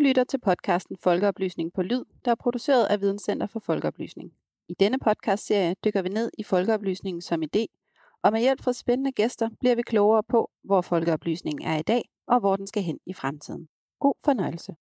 lytter til podcasten Folkeoplysning på Lyd, der er produceret af Videnscenter for Folkeoplysning. I denne podcastserie dykker vi ned i folkeoplysningen som idé, og med hjælp fra spændende gæster bliver vi klogere på, hvor folkeoplysningen er i dag, og hvor den skal hen i fremtiden. God fornøjelse.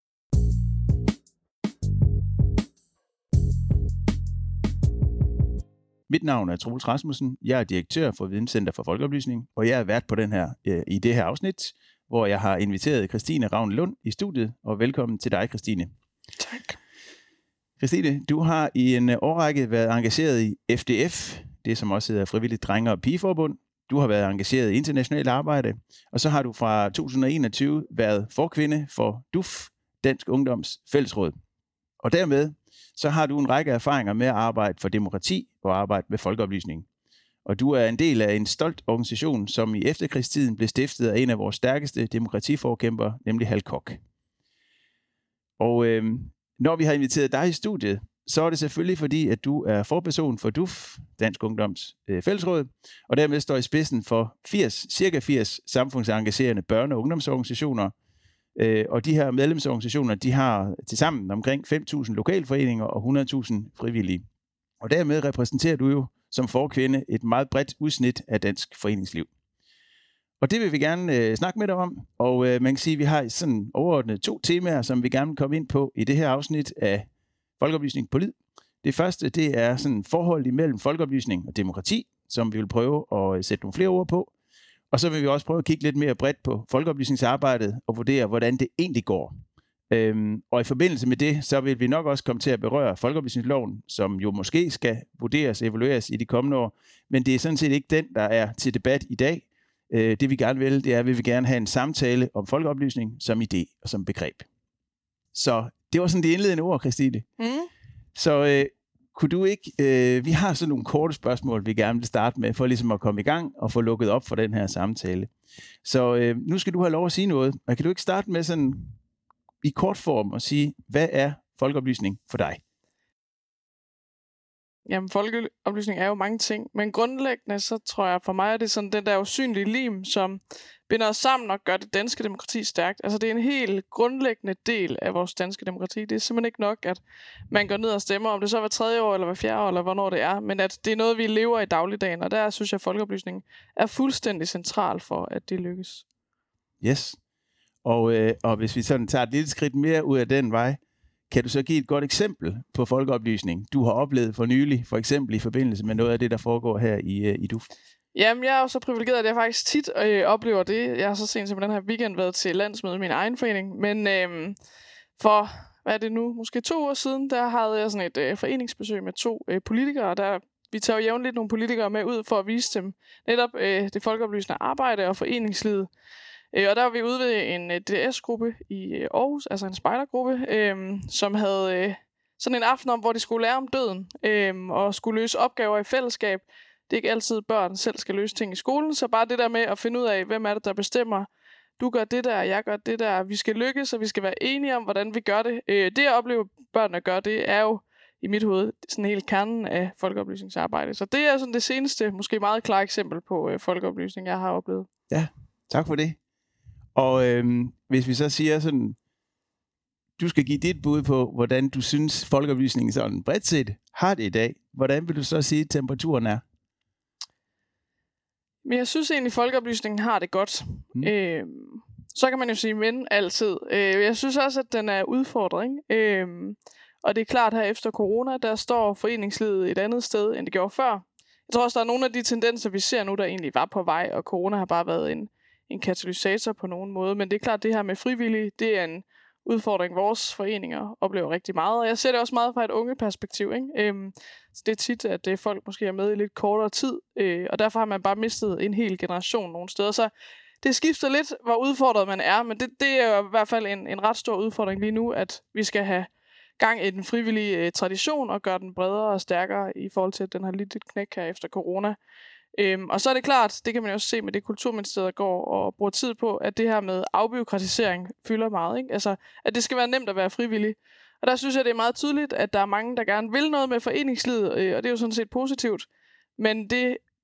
Mit navn er Troels Rasmussen. Jeg er direktør for Videnscenter for Folkeoplysning, og jeg er vært på i det her afsnit, hvor jeg har inviteret Christine Ravn Lund i studiet, og velkommen til dig, Christine. Tak. Christine, du har i en årrække været engageret i FDF, det som også hedder Frivilligt Drenge- og Pigeforbund. Du har været engageret i internationalt arbejde, og så har du fra 2021 været forkvinde for DUF, Dansk Ungdoms Fællesråd. Og dermed så har du en række erfaringer med at arbejde for demokrati og arbejde med folkeoplysning. Og du er en del af en stolt organisation, som i efterkrigstiden blev stiftet af en af vores stærkeste demokratiforkæmper, nemlig Hal Koch. Og når vi har inviteret dig i studiet, så er det selvfølgelig fordi, at du er forperson for DUF, Dansk Ungdoms Fællesråd, og dermed står i spidsen for cirka 80 samfundsengagerende børne- og ungdomsorganisationer. Og de her medlemsorganisationer, de har tilsammen omkring 5.000 lokalforeninger og 100.000 frivillige. Og dermed repræsenterer du jo som forkvinde et meget bredt udsnit af dansk foreningsliv. Og det vil vi gerne snakke med dig om, og man kan sige, at vi har sådan overordnet 2 temaer, som vi gerne vil komme ind på i det her afsnit af Folkeoplysning på Lyd. Det første, det er sådan forholdet imellem folkeoplysning og demokrati, som vi vil prøve at sætte nogle flere ord på. Og så vil vi også prøve at kigge lidt mere bredt på folkeoplysningsarbejdet og vurdere, hvordan det egentlig går. Og i forbindelse med det, så vil vi nok også komme til at berøre folkeoplysningsloven, som jo måske skal vurderes og evalueres i de kommende år. Men det er sådan set ikke den, der er til debat i dag. Det vi gerne vil, det er, at vi vil gerne have en samtale om folkeoplysning som idé og som begreb. Så det var sådan de indledende ord, Christine. Så kunne du ikke... vi har sådan nogle korte spørgsmål, vi gerne vil starte med, for ligesom at komme i gang og få lukket op for den her samtale. Så nu skal du have lov at sige noget. Og kan du ikke starte med sådan i kort form og sige, hvad er folkeoplysning for dig? Jamen, folkeoplysning er jo mange ting, men grundlæggende så tror jeg for mig, at det er sådan den der usynlige lim, som binder os sammen og gør det danske demokrati stærkt. Altså det er en helt grundlæggende del af vores danske demokrati. Det er simpelthen ikke nok, at man går ned og stemmer, om det så er hver 3. år, eller hver 4. år, eller hvornår det er, men at det er noget, vi lever i dagligdagen, og der synes jeg, at folkeoplysning er fuldstændig central for, at det lykkes. Yes. Og hvis vi sådan tager et lille skridt mere ud af den vej, kan du så give et godt eksempel på folkeoplysning, du har oplevet for nylig, for eksempel i forbindelse med noget af det, der foregår her i DUF? Jamen, jeg er jo så privilegeret, at jeg faktisk tit oplever det. Jeg har så sent som den her weekend været til landsmøde i min egen forening, men for, hvad er det nu, måske 2 år siden, der havde jeg sådan et foreningsbesøg med 2 politikere, der vi tager jo jævnligt nogle politikere med ud for at vise dem netop det folkeoplysende arbejde og foreningslivet. Og der var vi ude ved en DDS-gruppe i Aarhus, altså en spejdergruppe, som havde sådan en aften om, hvor de skulle lære om døden og skulle løse opgaver i fællesskab. Det er ikke altid, børn selv skal løse ting i skolen, så bare det der med at finde ud af, hvem er det, der bestemmer. Du gør det der, jeg gør det der. Vi skal lykkes, og vi skal være enige om, hvordan vi gør det. Det at opleve børnene gøre, det er jo i mit hoved sådan helt kernen af folkeoplysningsarbejde. Så det er sådan det seneste, måske meget klare eksempel på folkeoplysning, jeg har oplevet. Ja, tak for det. Og hvis vi så siger sådan, du skal give dit bud på, hvordan du synes folkeoplysningen sådan bredt set har det i dag. Hvordan vil du så sige, at temperaturen er? Men jeg synes egentlig, at folkeoplysningen har det godt. Så kan man jo sige men altid. Jeg synes også, at den er udfordret. Og det er klart, her efter corona, der står foreningslivet et andet sted, end det gjorde før. Jeg tror også, der er nogle af de tendenser, vi ser nu, der egentlig var på vej, og corona har bare været en katalysator på nogen måde. Men det er klart, at det her med frivillige, det er en udfordring, vores foreninger oplever rigtig meget. Og jeg ser det også meget fra et unge perspektiv. Så det er tit, at folk måske er med i lidt kortere tid, og derfor har man bare mistet en hel generation nogle steder. Så det skifter lidt, hvor udfordret man er, men det er jo i hvert fald en ret stor udfordring lige nu, at vi skal have gang i den frivillige tradition og gøre den bredere og stærkere i forhold til, at den har lidt et knæk her efter corona. Og så er det klart, det kan man jo også se med det Kulturministeriet går og bruger tid på, at det her med afbureaukratisering fylder meget. Ikke? Altså, at det skal være nemt at være frivillig. Og der synes jeg, det er meget tydeligt, at der er mange, der gerne vil noget med foreningslivet, og det er jo sådan set positivt. Men det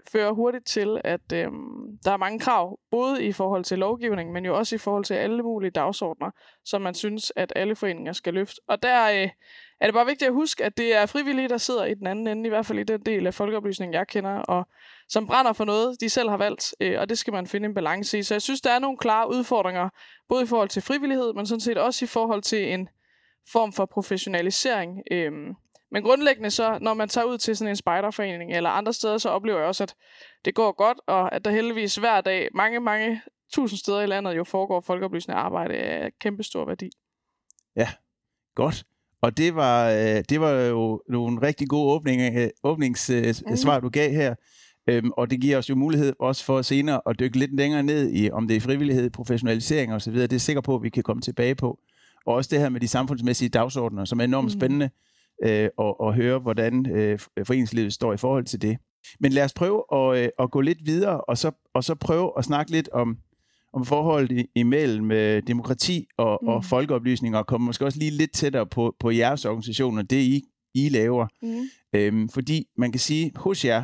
fører hurtigt til, at der er mange krav, både i forhold til lovgivning, men jo også i forhold til alle mulige dagsordner, som man synes, at alle foreninger skal løfte. Og der er det bare vigtigt at huske, at det er frivillige, der sidder i den anden ende, i hvert fald i den del af folkeoplysningen, jeg kender, og som brænder for noget, de selv har valgt, og det skal man finde en balance i. Så jeg synes, der er nogle klare udfordringer, både i forhold til frivillighed, men sådan set også i forhold til en form for professionalisering. Men grundlæggende så, når man tager ud til sådan en spejderforening eller andre steder, så oplever jeg også, at det går godt, og at der heldigvis hver dag, mange tusind steder i landet jo foregår folkeoplysende arbejde af kæmpestor værdi. Ja, godt. Og det var jo nogle rigtig gode åbningssvar, du gav her. Og det giver os jo mulighed også for senere at dykke lidt længere ned i, om det er frivillighed, professionalisering osv. Det er jeg sikker på, at vi kan komme tilbage på. Og også det her med de samfundsmæssige dagsordner, som er enormt spændende at høre, hvordan foreningslivet står i forhold til det. Men lad os prøve at gå lidt videre, og så prøve at snakke lidt om forholdet imellem demokrati og folkeoplysning, og komme måske også lige lidt tættere på jeres organisationer, det I laver. Fordi man kan sige, hos jer,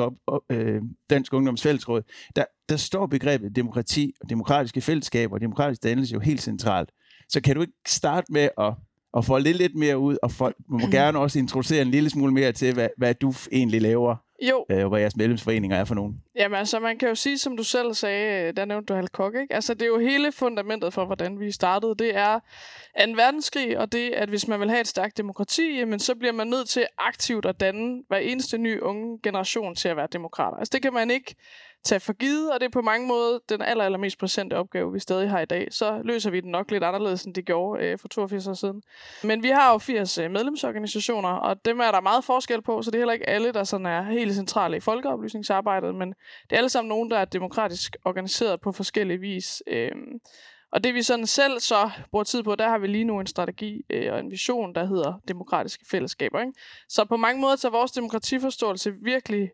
Dansk Ungdoms Fællesråd, der står begrebet demokrati og demokratiske fællesskaber og demokratisk dannelse jo helt centralt. Så kan du ikke starte med at få lidt mere ud, og folk må gerne også introducere en lille smule mere til, hvad du egentlig laver, og hvad jeres medlemsforeninger er for nogen? Jamen altså, man kan jo sige, som du selv sagde, der nævnte du Hal Koch, ikke? Altså, det er jo hele fundamentet for, hvordan vi startede. Det er 2. verdenskrig, og det, at hvis man vil have et stærkt demokrati, jamen, så bliver man nødt til aktivt at danne hver eneste ny unge generation til at være demokrater. Altså, det kan man ikke tage for givet, og det er på mange måder den allermest præsente opgave, vi stadig har i dag. Så løser vi den nok lidt anderledes, end det gjorde for 82 år siden. Men vi har jo 80 medlemsorganisationer, og dem er der meget forskel på, så det er heller ikke alle, der sådan er helt centrale i folkeoplysningsarbejdet, men det er alle sammen nogen, der er demokratisk organiseret på forskellige vis. Og det vi sådan selv så bruger tid på, der har vi lige nu en strategi og en vision, der hedder demokratiske fællesskaber. Ikke? Så på mange måder tager vores demokratiforståelse virkelig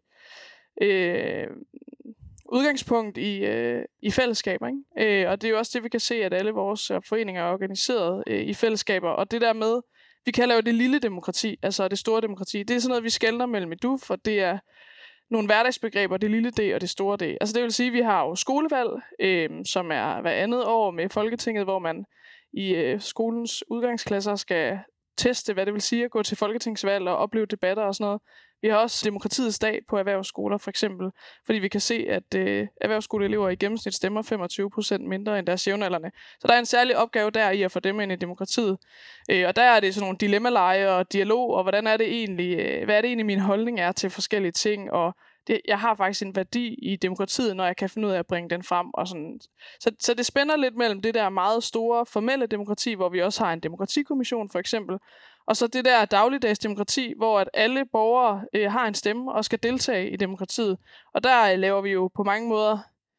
udgangspunkt i fællesskaber, ikke? Og det er jo også det, vi kan se, at alle vores foreninger er organiseret i fællesskaber. Og det der med, vi kalder jo det lille demokrati, altså det store demokrati, det er sådan noget, vi skelner mellem i DUF, for det er nogle hverdagsbegreber, det lille D og det store D. Altså det vil sige, at vi har jo skolevalg, som er hver andet år med Folketinget, hvor man i skolens udgangsklasser skal teste, hvad det vil sige at gå til folketingsvalg og opleve debatter og sådan noget. Vi har også demokratiets dag på erhvervsskoler, for eksempel, fordi vi kan se, at erhvervsskoleelever i gennemsnit stemmer 25% mindre end deres jævnaldrende. Så der er en særlig opgave der i at få dem ind i demokratiet. Og der er det sådan nogle dilemmaleje og dialog, og hvad er det egentlig min holdning er til forskellige ting, og jeg har faktisk en værdi i demokratiet, når jeg kan finde ud af at bringe den frem. Og sådan. Så det spænder lidt mellem det der meget store formelle demokrati, hvor vi også har en demokratikommission for eksempel, og så det der dagligdags demokrati, hvor at alle borgere har en stemme og skal deltage i demokratiet. Og der laver vi jo på mange måder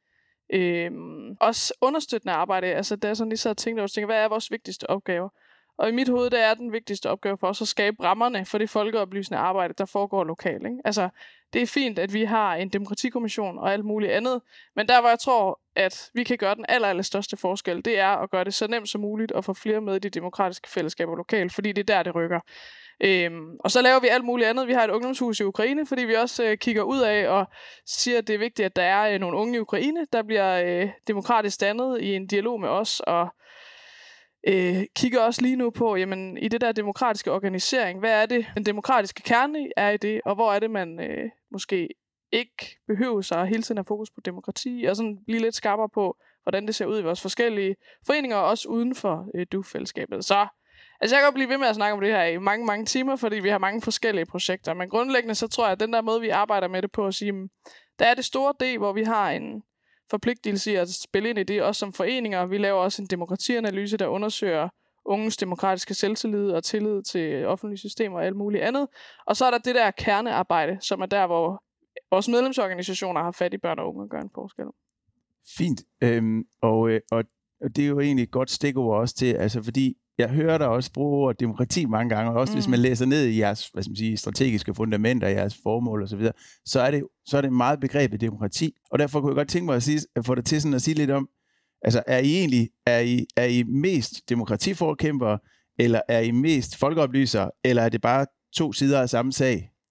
også understøttende arbejde. Altså der er sådan lige så tænker, hvad er vores vigtigste opgave? Og i mit hoved, der er den vigtigste opgave for os at skabe rammerne for det folkeoplysende arbejde, der foregår lokalt. Ikke? Altså, det er fint, at vi har en demokratikommission og alt muligt andet, men der, hvor jeg tror, at vi kan gøre den allerstørste forskel, det er at gøre det så nemt som muligt at få flere med i de demokratiske fællesskaber lokalt, fordi det er der, det rykker. Og så laver vi alt muligt andet. Vi har et ungdomshus i Ukraine, fordi vi også kigger ud af og siger, at det er vigtigt, at der er nogle unge i Ukraine, der bliver demokratisk dannet i en dialog med os, og kigger også lige nu på, jamen, i det der demokratiske organisering, hvad er det, den demokratiske kerne er i det, og hvor er det, man måske ikke behøver sig hele tiden at fokus på demokrati, og sådan blive lidt skarpere på, hvordan det ser ud i vores forskellige foreninger, også uden for DUF-fællesskabet. Så altså, jeg kan godt blive ved med at snakke om det her i mange timer, fordi vi har mange forskellige projekter, men grundlæggende så tror jeg, at den der måde, vi arbejder med det på at sige, der er det store D, hvor vi har en forpligtelse i at spille ind i det, også som foreninger. Vi laver også en demokratianalyse, der undersøger unges demokratiske selvtillid og tillid til offentlige systemer og alt muligt andet. Og så er der det der kernearbejde, som er der, hvor vores medlemsorganisationer har fat i børn og unge og gør en forskel. Fint. Og det er jo egentlig et godt stikord også til, altså fordi jeg hører dig også bruge ordet demokrati mange gange, og også hvis man læser ned i jeres strategiske fundamenter, jeres formål og så videre, så er det meget begrebet demokrati. Og derfor kunne jeg godt tænke mig at få dig til sådan at sige lidt om, altså er I mest demokratiforkæmpere, eller er I mest folkeoplysere, eller er det bare to sider af samme sag?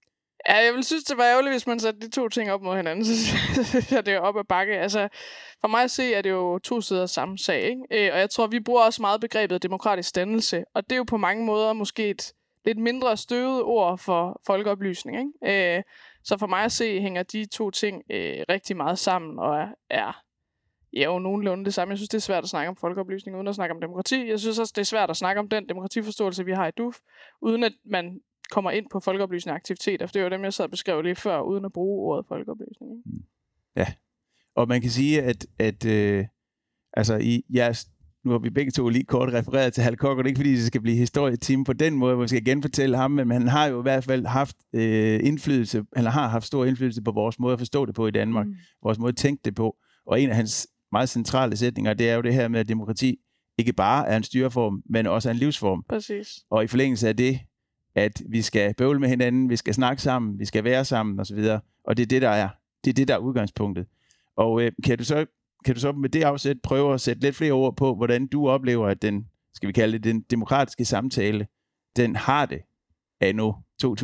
Ja, jeg vil synes, det var ærgerligt, hvis man satte de to ting op mod hinanden. Så synes jeg, det er op ad bakke. Altså, for mig at se, er det jo to sider af samme sag, ikke? Og jeg tror, vi bruger også meget begrebet demokratisk dannelse. Og det er jo på mange måder måske et lidt mindre støvet ord for folkeoplysning, ikke? Så for mig at se, hænger de to ting rigtig meget sammen og er jo nogenlunde det samme. Jeg synes, det er svært at snakke om folkeoplysning uden at snakke om demokrati. Jeg synes også, det er svært at snakke om den demokratiforståelse, vi har i DUF, uden at man kommer ind på folkeoplysende aktiviteter. For det er jo dem, jeg sad og beskrev lige før, uden at bruge ordet folkeoplysning. Ikke? Ja, og man kan sige, at altså i jeres, nu har vi begge to lige kort refereret til Hal Koch, og det er ikke fordi, det skal blive historietime på den måde, hvor vi skal genfortælle ham, men han har jo i hvert fald haft indflydelse, eller har haft stor indflydelse på vores måde at forstå det på i Danmark, vores måde at tænke det på, og en af hans meget centrale sætninger, det er jo det her med, at demokrati ikke bare er en styreform, men også er en livsform. Præcis. Og i forlængelse af det, at vi skal bøvle med hinanden, vi skal snakke sammen, vi skal være sammen osv. Og det er det, der er udgangspunktet. Og kan du så med det afsæt prøve at sætte lidt flere ord på, hvordan du oplever, at den, skal vi kalde det, den demokratiske samtale, den har det af nu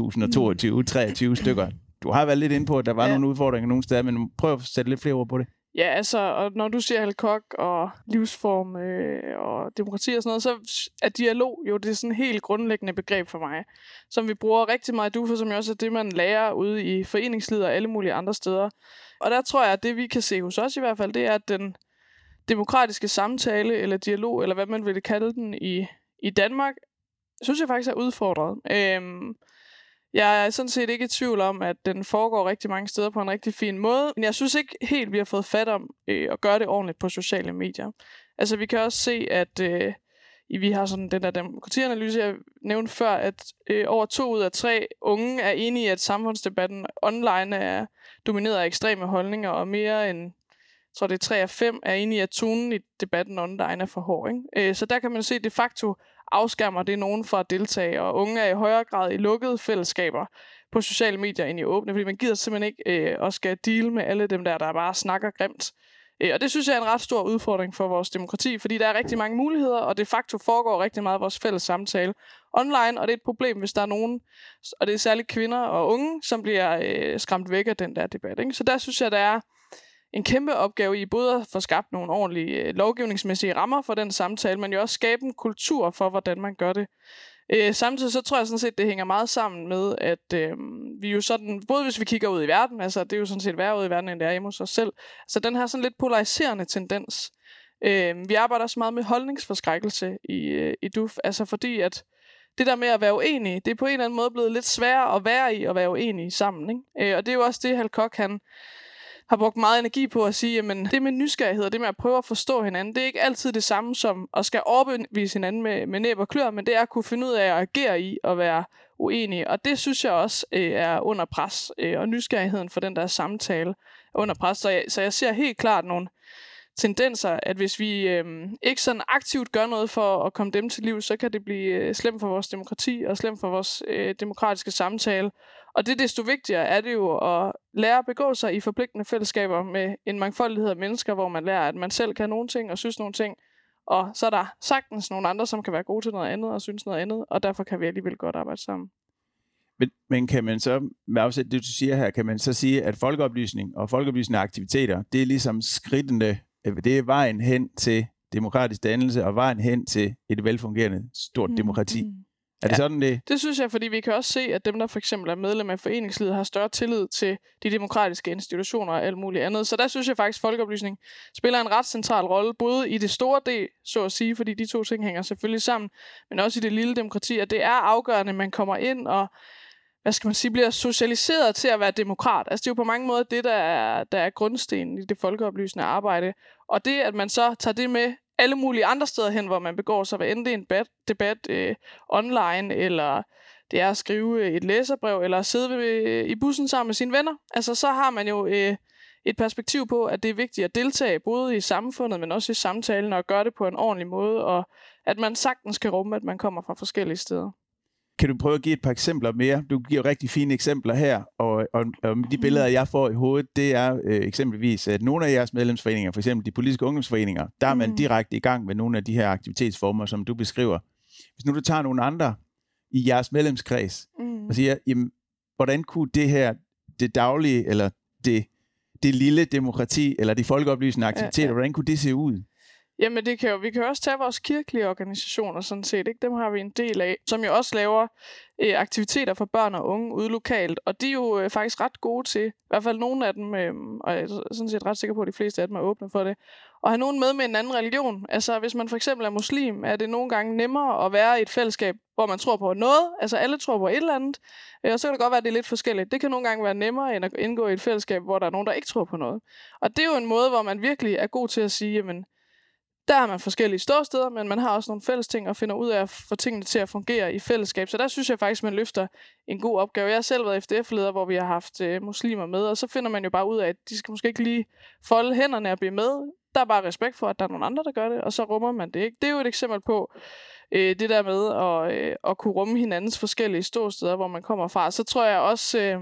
2022-23 stykker. Du har været lidt inde på, at der var nogle udfordringer nogle steder, men prøv at sætte lidt flere ord på det. Ja, altså, og når du siger Hal Koch og livsform og demokrati og sådan noget, så er dialog jo det sådan helt grundlæggende begreb for mig, som vi bruger rigtig meget i DUF, som jo også er det, man lærer ude i foreningslivet og alle mulige andre steder. Og der tror jeg, at det vi kan se hos os i hvert fald, det er, at den demokratiske samtale eller dialog, eller hvad man vil kalde den i Danmark, synes jeg faktisk er udfordret. Jeg er sådan set ikke i tvivl om, at den foregår rigtig mange steder på en rigtig fin måde, men jeg synes ikke helt, vi har fået fat om at gøre det ordentligt på sociale medier. Altså, vi kan også se, at vi har sådan den der demokratianalyse, jeg nævnte før, at over 2 ud af 3 unge er enige i, at samfundsdebatten online er domineret af ekstreme holdninger, og mere end, jeg tror det er 3 af 5, er enige i, at tonen i debatten online er for hård. Ikke? Så der kan man se, de facto afskærmer det nogen fra at deltage, og unge er i højere grad i lukkede fællesskaber på sociale medier end i åbne, fordi man gider simpelthen ikke og skal deal med alle dem der bare snakker grimt. Og det synes jeg er en ret stor udfordring for vores demokrati, fordi der er rigtig mange muligheder, og de facto foregår rigtig meget af vores fælles samtale online, og det er et problem, hvis der er nogen, og det er særligt kvinder og unge, som bliver skræmt væk af den der debat. Ikke? Så der synes jeg, der er en kæmpe opgave i både at få skabt nogle ordentlige lovgivningsmæssige rammer for den samtale, men jo også skabe en kultur for, hvordan man gør det. Samtidig så tror jeg sådan set, det hænger meget sammen med, at vi jo sådan, både hvis vi kigger ud i verden, altså det er jo sådan set værre ud i verden, end det er hjemme hos os selv, så den her sådan lidt polariserende tendens. Vi arbejder også meget med holdningsforskrækkelse i DUF, altså fordi at det der med at være uenige, det er på en eller anden måde blevet lidt sværere at være i at være uenige sammen. Ikke? Og det er jo også det, Hal Koch, han har brugt meget energi på at sige, jamen det med nysgerrighed og det med at prøve at forstå hinanden, det er ikke altid det samme som at skal overbevise hinanden med næb og klør, men det er at kunne finde ud af at agere i og være uenige. Og det synes jeg også er under pres, og nysgerrigheden for den der samtale er under pres. Så jeg ser helt klart nogle tendenser, at hvis vi ikke sådan aktivt gør noget for at komme dem til liv, så kan det blive slemt for vores demokrati og slemt for vores demokratiske samtale. Og det desto vigtigere er det jo at lære at begå sig i forpligtende fællesskaber med en mangfoldighed af mennesker, hvor man lærer, at man selv kan nogle ting og synes nogle ting, og så er der sagtens nogle andre, som kan være gode til noget andet og synes noget andet, og derfor kan vi alligevel godt arbejde sammen. Men kan man så, med afsæt det du siger her, kan man så sige, at folkeoplysning og folkeoplysende aktiviteter, det er ligesom skridtene, det er vejen hen til demokratisk dannelse og vejen hen til et velfungerende stort demokrati. Er det sådan det? Det synes jeg, fordi vi kan også se, at dem, der for eksempel er medlem af foreningslivet, har større tillid til de demokratiske institutioner og alt muligt andet. Så der synes jeg faktisk, at folkeoplysning spiller en ret central rolle, både i det store del, så at sige, fordi de to ting hænger selvfølgelig sammen, men også i det lille demokrati, at det er afgørende, at man kommer ind og bliver socialiseret til at være demokrat. Altså det er jo på mange måder det, der er grundstenen i det folkeoplysende arbejde. Og det, at man så tager det med alle mulige andre steder hen, hvor man begår sig, hvad end det er en debat online, eller det er at skrive et læserbrev, eller at sidde i bussen sammen med sine venner. Altså så har man jo et perspektiv på, at det er vigtigt at deltage både i samfundet, men også i samtalen, og gøre det på en ordentlig måde, og at man sagtens kan rumme, at man kommer fra forskellige steder. Kan du prøve at give et par eksempler mere? Du giver rigtig fine eksempler her, og de billeder, jeg får i hovedet, det er eksempelvis, at nogle af jeres medlemsforeninger, for eksempel de politiske ungdomsforeninger, der er man direkte i gang med nogle af de her aktivitetsformer, som du beskriver. Hvis nu du tager nogle andre i jeres medlemskreds og siger, jamen, hvordan kunne det daglige, eller det lille demokrati, eller de folkeoplysende aktiviteter, hvordan kunne det se ud? Jamen, vi kan jo også tage vores kirkelige organisationer sådan set, ikke? Dem har vi en del af, som jo også laver aktiviteter for børn og unge ude lokalt, og de er jo faktisk ret gode til, i hvert fald nogle af dem, og jeg er sådan set ret sikker på, at de fleste af dem er åbne for det, og have nogen med en anden religion. Altså, hvis man for eksempel er muslim, er det nogle gange nemmere at være i et fællesskab, hvor man tror på noget, altså alle tror på et eller andet, og så kan det godt være, at det er lidt forskelligt. Det kan nogle gange være nemmere, end at indgå i et fællesskab, hvor der er nogen, der ikke tror på noget. Og det er jo en måde, hvor man virkelig er god til at sige, jamen, der har man forskellige ståsteder, men man har også nogle fælles ting og finder ud af at få tingene til at fungere i fællesskab. Så der synes jeg faktisk, man løfter en god opgave. Jeg har selv været FDF-leder, hvor vi har haft muslimer med, og så finder man jo bare ud af, at de skal måske ikke lige folde hænderne og blive med. Der er bare respekt for, at der er nogle andre, der gør det, og så rummer man det ikke. Det er jo et eksempel på det der med at kunne rumme hinandens forskellige ståsteder, hvor man kommer fra. Så tror jeg også...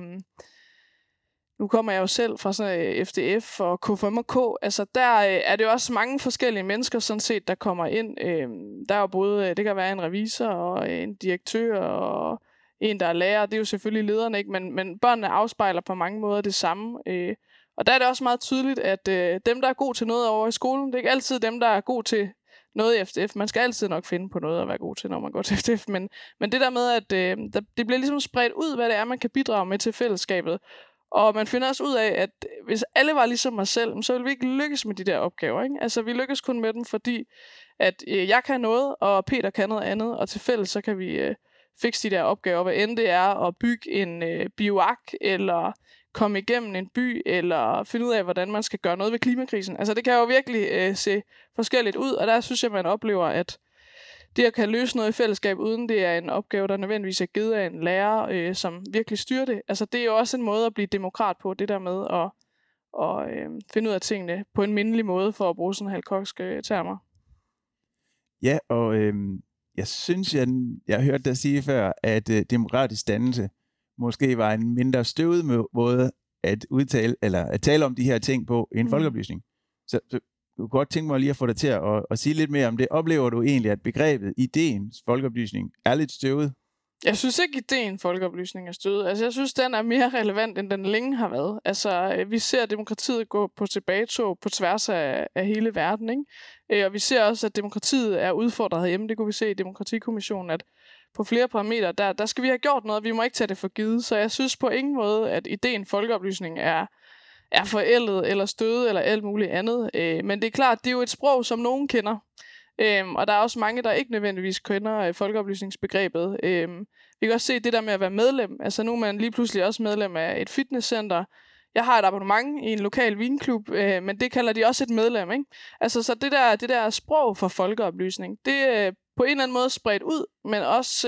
Nu kommer jeg jo selv fra sådan FDF og KFMK. Altså der er det jo også mange forskellige mennesker sådan set, der kommer ind. Der er jo både, det kan være en revisor og en direktør og en, der er lærer. Det er jo selvfølgelig lederne, ikke? Men børnene afspejler på mange måder det samme. Og der er det også meget tydeligt, at dem, der er god til noget over i skolen, det er ikke altid dem, der er god til noget i FDF. Man skal altid nok finde på noget at være god til, når man går til FDF. Men det der med, at det bliver ligesom spredt ud, hvad det er, man kan bidrage med til fællesskabet. Og man finder også ud af, at hvis alle var ligesom mig selv, så ville vi ikke lykkes med de der opgaver. Ikke? Altså, vi lykkes kun med dem, fordi at jeg kan noget, og Peter kan noget andet, og til fælles, så kan vi fikse de der opgaver. Hvad end det er at bygge en bioark, eller komme igennem en by, eller finde ud af, hvordan man skal gøre noget ved klimakrisen. Altså, det kan jo virkelig se forskelligt ud, og der synes jeg, man oplever, at det at kan løse noget i fællesskab, uden det er en opgave, der nødvendigvis er givet af en lærer, som virkelig styrer det. Altså, det er jo også en måde at blive demokrat på, det der med at finde ud af tingene på en mindelig måde, for at bruge sådan halvkokske termer. Ja, og jeg synes, jeg har hørt dig sige før, at demokratisk dannelse måske var en mindre støvet måde at udtale, eller at tale om de her ting på i en folkeoplysning. Så jeg kunne godt tænke mig lige at få dig til at sige lidt mere om det. Oplever du egentlig, at begrebet, ideen, folkeoplysning, er lidt støvet? Jeg synes ikke, ideen folkeoplysning er støvet. Altså, jeg synes, den er mere relevant, end den længe har været. Altså, vi ser demokratiet gå på tilbagetog på tværs af hele verden, ikke? Og vi ser også, at demokratiet er udfordret herhjemme. Det kunne vi se i Demokratikommissionen, at på flere parametre, der skal vi have gjort noget. Vi må ikke tage det for givet. Så jeg synes på ingen måde, at ideen folkeoplysning er forældet eller stødet eller alt muligt andet. Men det er klart, det er jo et sprog, som nogen kender. Og der er også mange, der ikke nødvendigvis kender folkeoplysningsbegrebet. Vi kan også se det der med at være medlem. Altså nu er man lige pludselig også medlem af et fitnesscenter. Jeg har et abonnement i en lokal vinklub, men det kalder de også et medlem, ikke? Altså så det der sprog for folkeoplysning, det er på en eller anden måde spredt ud, men også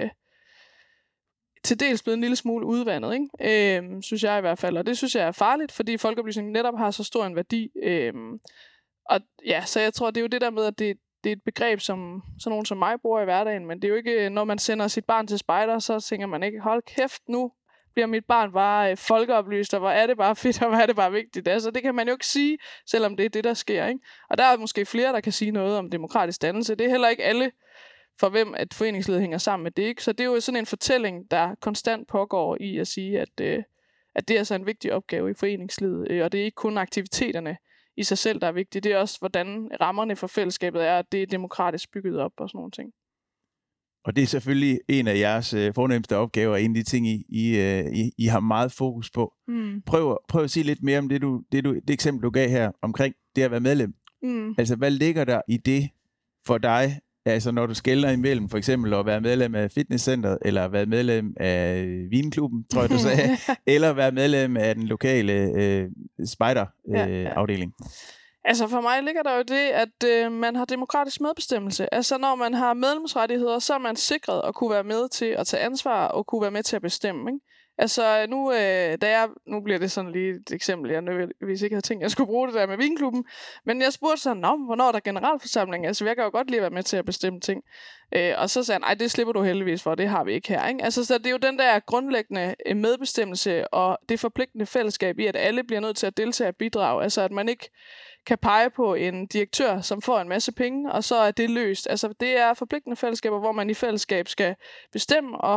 til dels blevet en lille smule udvandet, ikke? Synes jeg i hvert fald. Og det synes jeg er farligt, fordi folkeoplysning netop har så stor en værdi. Og ja, så jeg tror, det er jo det der med, at det er et begreb, som sådan nogen som mig bruger i hverdagen, men det er jo ikke, når man sender sit barn til spejder, så tænker man ikke, hold kæft, nu bliver mit barn bare folkeoplyst, og hvor er det bare fedt, og hvor er det bare vigtigt. Altså, det kan man jo ikke sige, selvom det er det, der sker, ikke? Og der er måske flere, der kan sige noget om demokratisk dannelse. Det er heller ikke alle, for hvem at foreningslivet hænger sammen med det, ikke? Så det er jo sådan en fortælling, der konstant pågår i at sige, at det er altså en vigtig opgave i foreningslivet, og det er ikke kun aktiviteterne i sig selv, der er vigtigt. Det er også, hvordan rammerne for fællesskabet er, at det er demokratisk bygget op og sådan nogle ting. Og det er selvfølgelig en af jeres fornemmeste opgaver, en af de ting, I har meget fokus på. Prøv at sige lidt mere om det eksempel, du gav her, omkring det at være medlem. Altså, hvad ligger der i det for dig, altså når du skelner imellem for eksempel at være medlem af fitnesscenteret, eller være medlem af vinklubben, tror jeg du sagde, eller være medlem af den lokale spejderafdeling? Altså for mig ligger der jo det, at man har demokratisk medbestemmelse. Altså når man har medlemsrettigheder, så er man sikret at kunne være med til at tage ansvar og kunne være med til at bestemme, ikke? Altså nu bliver det sådan lige et eksempel, jeg nødvendigvis ikke havde tænkt, at jeg skulle bruge det der med vinklubben, men jeg spurgte sådan, hvornår er der generalforsamling? Altså jeg kan jo godt lide at være med til at bestemme ting. Og så sagde han, nej, det slipper du heldigvis for, det har vi ikke her, ikke? Altså så det er jo den der grundlæggende medbestemmelse og det forpligtende fællesskab i, at alle bliver nødt til at deltage og bidrage. Altså at man ikke kan pege på en direktør, som får en masse penge, og så er det løst. Altså det er forpligtende fællesskaber, hvor man i fællesskab skal bestemme, og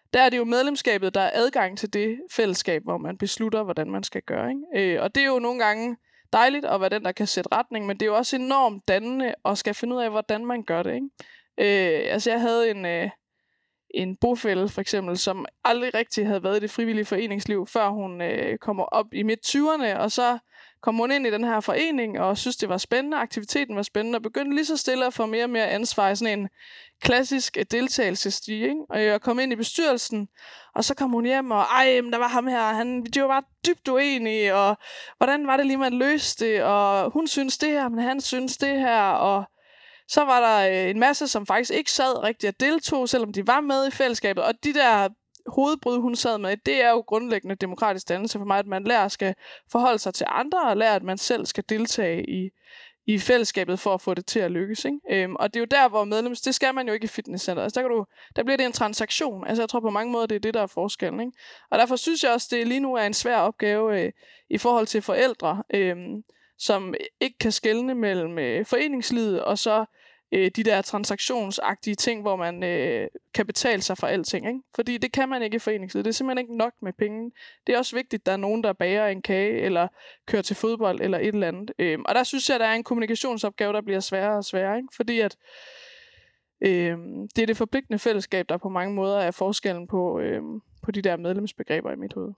der er det jo medlemskabet, der er adgang til det fællesskab, hvor man beslutter, hvordan man skal gøre. Ikke? Og det er jo nogle gange dejligt at være den, der kan sætte retning, men det er jo også enormt dannende og skal finde ud af, hvordan man gør det. Ikke? Altså jeg havde en bofælle for eksempel, som aldrig rigtig havde været i det frivillige foreningsliv, før hun kommer op i midt-20'erne, og så kom hun ind i den her forening, og synes, det var spændende, aktiviteten var spændende, og begyndte lige så stille at få mere og mere ansvar i sådan en klassisk deltagelsesstige. Og jeg kom ind i bestyrelsen, og så kom hun hjem, og der var ham her, de var bare dybt uenige, og hvordan var det lige, man løste det, og hun synes det her, men han synes det her, og så var der en masse, som faktisk ikke sad rigtigt og deltog, selvom de var med i fællesskabet. Og de der hovedbrud, hun sad med, det er jo grundlæggende demokratisk dannelse for mig, at man lærer at skal forholde sig til andre, og lærer, at man selv skal deltage i fællesskabet for at få det til at lykkes. Ikke? Og det er jo der, hvor det skal man jo ikke i fitnesscenter. Altså, der bliver det en transaktion. Altså jeg tror på mange måder, det er det, der er forskellen. Ikke? Og derfor synes jeg også, det lige nu er en svær opgave i forhold til forældre, som ikke kan skelne mellem foreningslivet og så de der transaktionsagtige ting, hvor man kan betale sig for alting. Ikke? Fordi det kan man ikke i foreningslivet. Det er simpelthen ikke nok med penge. Det er også vigtigt, at der er nogen, der bager en kage, eller kører til fodbold, eller et eller andet. Og der synes jeg, at der er en kommunikationsopgave, der bliver sværere og sværere. Ikke? Fordi at det er det forpligtende fællesskab, der på mange måder er forskellen på de der medlemsbegreber i mit hoved.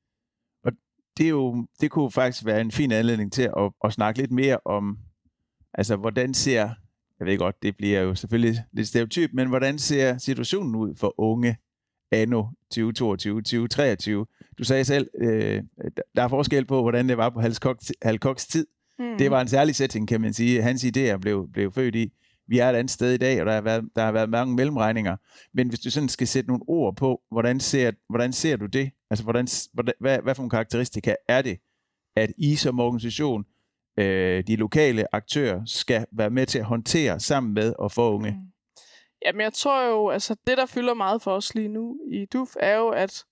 Det kunne faktisk være en fin anledning til at snakke lidt mere om, altså hvordan ser, jeg ved godt, det bliver jo selvfølgelig lidt stereotyp, men hvordan ser situationen ud for unge anno 2022, 2023? Du sagde selv, der er forskel på, hvordan det var på Hal Kochs tid. Det var en særlig setting, kan man sige. Hans idéer blev født i. Vi er et andet sted i dag, og der har været mange mellemregninger. Men hvis du sådan skal sætte nogle ord på, hvordan ser du det? Altså, hvad for nogle karakteristika er det, at I som organisation, de lokale aktører, skal være med til at håndtere sammen med og for unge? Jamen, jeg tror jo, altså det, der fylder meget for os lige nu i DUF, er jo, at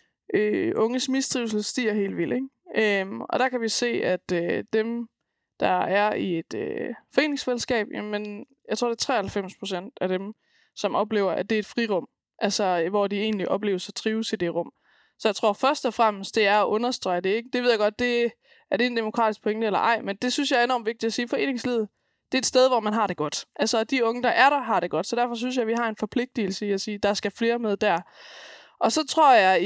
unges mistrivsel stiger helt vildt. Ikke? Og der kan vi se, at dem, der er i et foreningsfællesskab, jamen, jeg tror, det er 93% af dem, som oplever, at det er et frirum. Altså, hvor de egentlig oplever sig trives i det rum. Så jeg tror først og fremmest, det er at understrege det. Ikke? Det ved jeg godt, er det en demokratisk pointe eller ej, men det synes jeg er enormt vigtigt at sige. Foreningslivet, det er et sted, hvor man har det godt. Altså, de unge, der er der, har det godt. Så derfor synes jeg, at vi har en forpligtelse i at sige, at der skal flere med der. Og så tror jeg,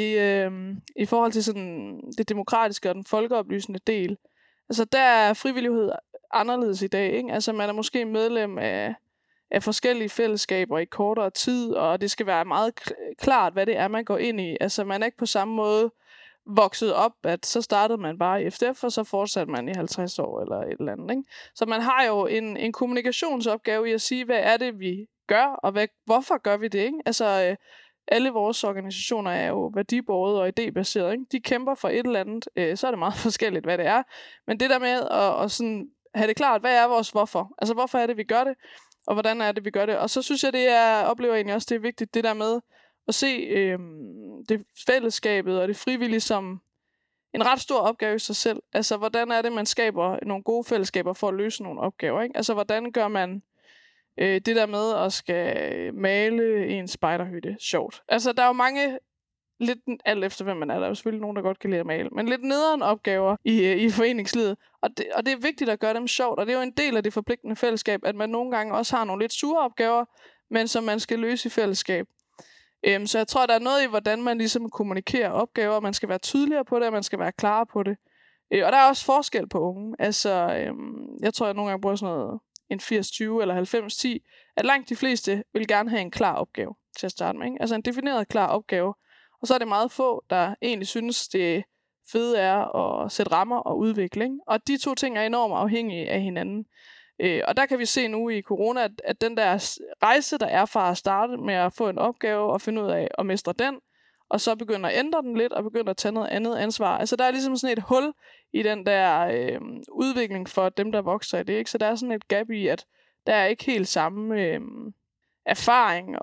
i forhold til sådan det demokratiske og den folkeoplysende del, altså der er frivillighed anderledes i dag. Ikke? Altså man er måske medlem af forskellige fællesskaber i kortere tid, og det skal være meget klart, hvad det er, man går ind i. Altså man er ikke på samme måde vokset op, at så startede man bare i FDF, og så fortsatte man i 50 år eller et eller andet. Ikke? Så man har jo en kommunikationsopgave i at sige, hvad er det, vi gør, og hvorfor gør vi det? Ikke? Altså alle vores organisationer er jo værdibåret og idébaseret. Ikke? De kæmper for et eller andet, så er det meget forskelligt, hvad det er. Men det der med at sådan have det klart, hvad er vores hvorfor? Altså hvorfor er det, vi gør det? Og hvordan er det, vi gør det? Og så synes jeg, oplever egentlig også, det er vigtigt, det der med at se det fællesskabet og det frivillige som en ret stor opgave i sig selv. Altså, hvordan er det, man skaber nogle gode fællesskaber for at løse nogle opgaver? Ikke? Altså, hvordan gør man det der med at skal male en spejderhytte sjovt? Altså, der er jo mange, lidt alt efter hvem man er, der er jo selvfølgelig nogen, der godt kan lide at male, men lidt nederen opgaver i foreningslivet. Og det er vigtigt at gøre dem sjovt, og det er jo en del af det forpligtende fællesskab, at man nogle gange også har nogle lidt sure opgaver, men som man skal løse i fællesskab. Så jeg tror, der er noget i, hvordan man ligesom kommunikerer opgaver, og man skal være tydeligere på det, og man skal være klar på det. Og der er også forskel på unge. Altså, jeg tror, jeg nogle gange bruger sådan noget en 80-20 eller 90-10, at langt de fleste vil gerne have en klar opgave til at starte med. Ikke? Altså en defineret klar opgave. Og så er det meget få, der egentlig synes, det fede er at sætte rammer og udvikling. Og de to ting er enormt afhængige af hinanden. Og der kan vi se nu i corona, at den der rejse, der er fra at starte med at få en opgave og finde ud af at mestre den, og så begynder at ændre den lidt og begynder at tage noget andet ansvar. Altså der er ligesom sådan et hul i den der udvikling for dem, der vokser i det. Ikke? Så der er sådan et gap i, at der er ikke helt samme erfaring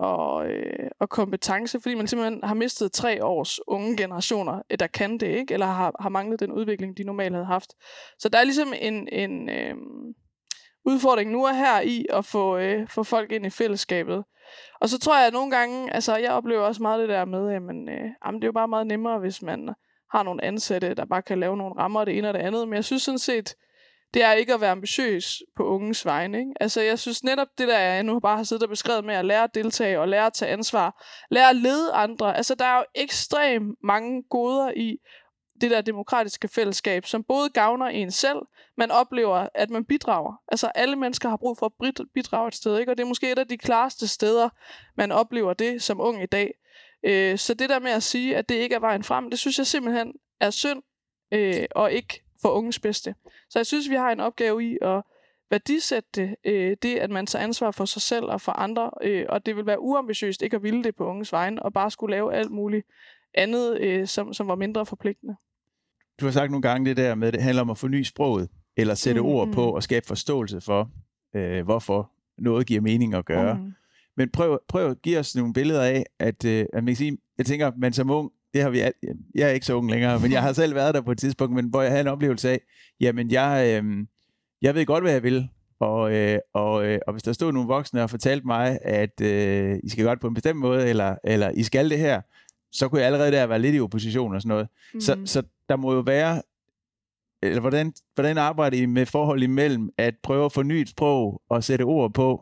og kompetence, fordi man simpelthen har mistet 3 års unge generationer, der kan det, ikke? Eller har manglet den udvikling, de normalt havde haft. Så der er ligesom en udfordringen nu er her i at få folk ind i fællesskabet. Og så tror jeg, at nogle gange, altså jeg oplever også meget det der med, jamen det er jo bare meget nemmere, hvis man har nogle ansatte, der bare kan lave nogle rammer, det ene og det andet. Men jeg synes sådan set, det er ikke at være ambitiøs på unges vegne. Ikke? Altså jeg synes netop det der, jeg nu bare har siddet og beskrevet med at lære at deltage og lære at tage ansvar, lære at lede andre. Altså der er jo ekstremt mange goder i det der demokratiske fællesskab, som både gavner en selv, man oplever, at man bidrager. Altså alle mennesker har brug for at bidrage et sted, ikke? Og det er måske et af de klareste steder, man oplever det som ung i dag. Så det der med at sige, at det ikke er vejen frem, det synes jeg simpelthen er synd, og ikke for unges bedste. Så jeg synes, vi har en opgave i at værdisætte det, at man tager ansvar for sig selv og for andre, og det vil være uambitiøst ikke at ville det på unges vegne, og bare skulle lave alt muligt andet, som var mindre forpligtende. Du har sagt nogle gange det der med, at det handler om at forny sproget, eller sætte ord på og skabe forståelse for, hvorfor noget giver mening at gøre. Men prøv at give os nogle billeder af, at man kan sige, jeg tænker, man som ung, det har jeg er ikke så ung længere, men jeg har selv været der på et tidspunkt, men hvor jeg havde en oplevelse af, jamen jeg ved godt, hvad jeg vil, og hvis der stod nogle voksne og fortalte mig, at I skal gøre det på en bestemt måde, eller I skal det her, så kunne jeg allerede der være lidt i opposition og sådan noget. Så der må jo være, eller hvordan arbejder I med forhold imellem at prøve at forny et sprog og sætte ord på,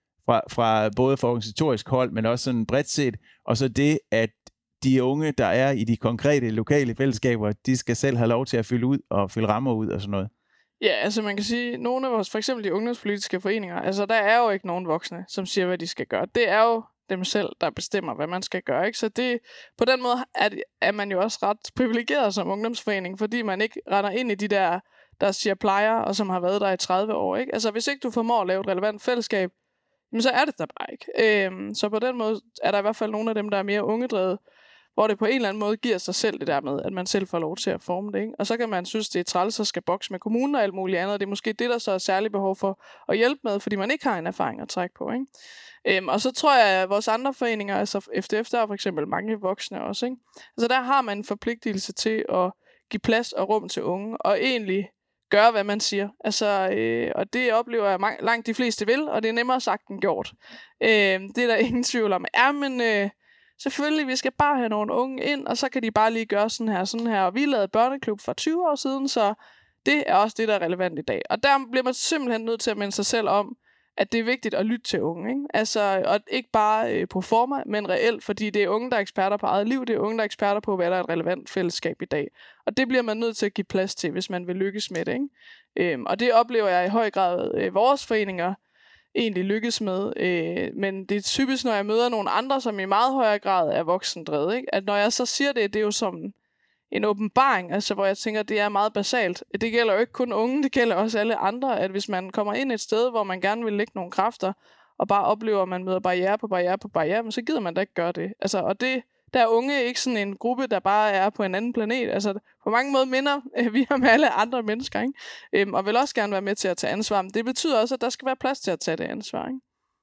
fra både for organisatorisk hold, men også sådan bredt set, og så det, at de unge, der er i de konkrete lokale fællesskaber, de skal selv have lov til at fylde ud og fylde rammer ud og sådan noget. Ja, altså man kan sige, nogle af vores, for eksempel de ungdomspolitiske foreninger, altså der er jo ikke nogen voksne, som siger, hvad de skal gøre. Det er jo dem selv, der bestemmer, hvad man skal gøre. Ikke? Så det, på den måde er man jo også ret privilegeret som ungdomsforening, fordi man ikke render ind i de der siger plejer, og som har været der i 30 år. Ikke? Altså hvis ikke du formår at lave et relevant fællesskab, så er det der bare ikke. Så på den måde er der i hvert fald nogle af dem, der er mere ungedrevet, hvor det på en eller anden måde giver sig selv det der med, at man selv får lov til at forme det. Ikke? Og så kan man synes, det er træls at skal bokse med kommunen og alt muligt andet. Det er måske det, der så er særlig behov for at hjælpe med, fordi man ikke har en erfaring at trække på. Ikke? Og så tror jeg, at vores andre foreninger, altså FDF, der er for eksempel mange voksne også. Ikke? Altså der har man en forpligtelse til at give plads og rum til unge, og egentlig gøre, hvad man siger. Altså, og det oplever jeg langt de fleste vil, og det er nemmere sagt end gjort. Det er der ingen tvivl om. Selvfølgelig, vi skal bare have nogle unge ind, og så kan de bare lige gøre sådan her. Og vi lavede børneklub for 20 år siden, så det er også det, der er relevant i dag. Og der bliver man simpelthen nødt til at minde sig selv om, at det er vigtigt at lytte til unge. Ikke? Altså, og ikke bare på forma, men reelt, fordi det er unge, der er eksperter på eget liv, det er unge, der er eksperter på, hvad der er et relevant fællesskab i dag. Og det bliver man nødt til at give plads til, hvis man vil lykkes med det. Ikke? Og det oplever jeg i høj grad vores foreninger egentlig lykkes med. Men det er typisk, når jeg møder nogle andre, som i meget højere grad er voksendrevet. Ikke? At når jeg så siger det er jo som en åbenbaring, altså hvor jeg tænker, det er meget basalt. Det gælder jo ikke kun unge, det gælder også alle andre, at hvis man kommer ind et sted, hvor man gerne vil lægge nogle kræfter, og bare oplever, at man møder barriere på barriere, men så gider man da ikke gøre det. Altså, og det, der er unge ikke sådan en gruppe, der bare er på en anden planet. Altså, på mange måder minder vi om alle andre mennesker, ikke? Og vil også gerne være med til at tage ansvar. Men det betyder også, at der skal være plads til at tage det ansvar, ikke?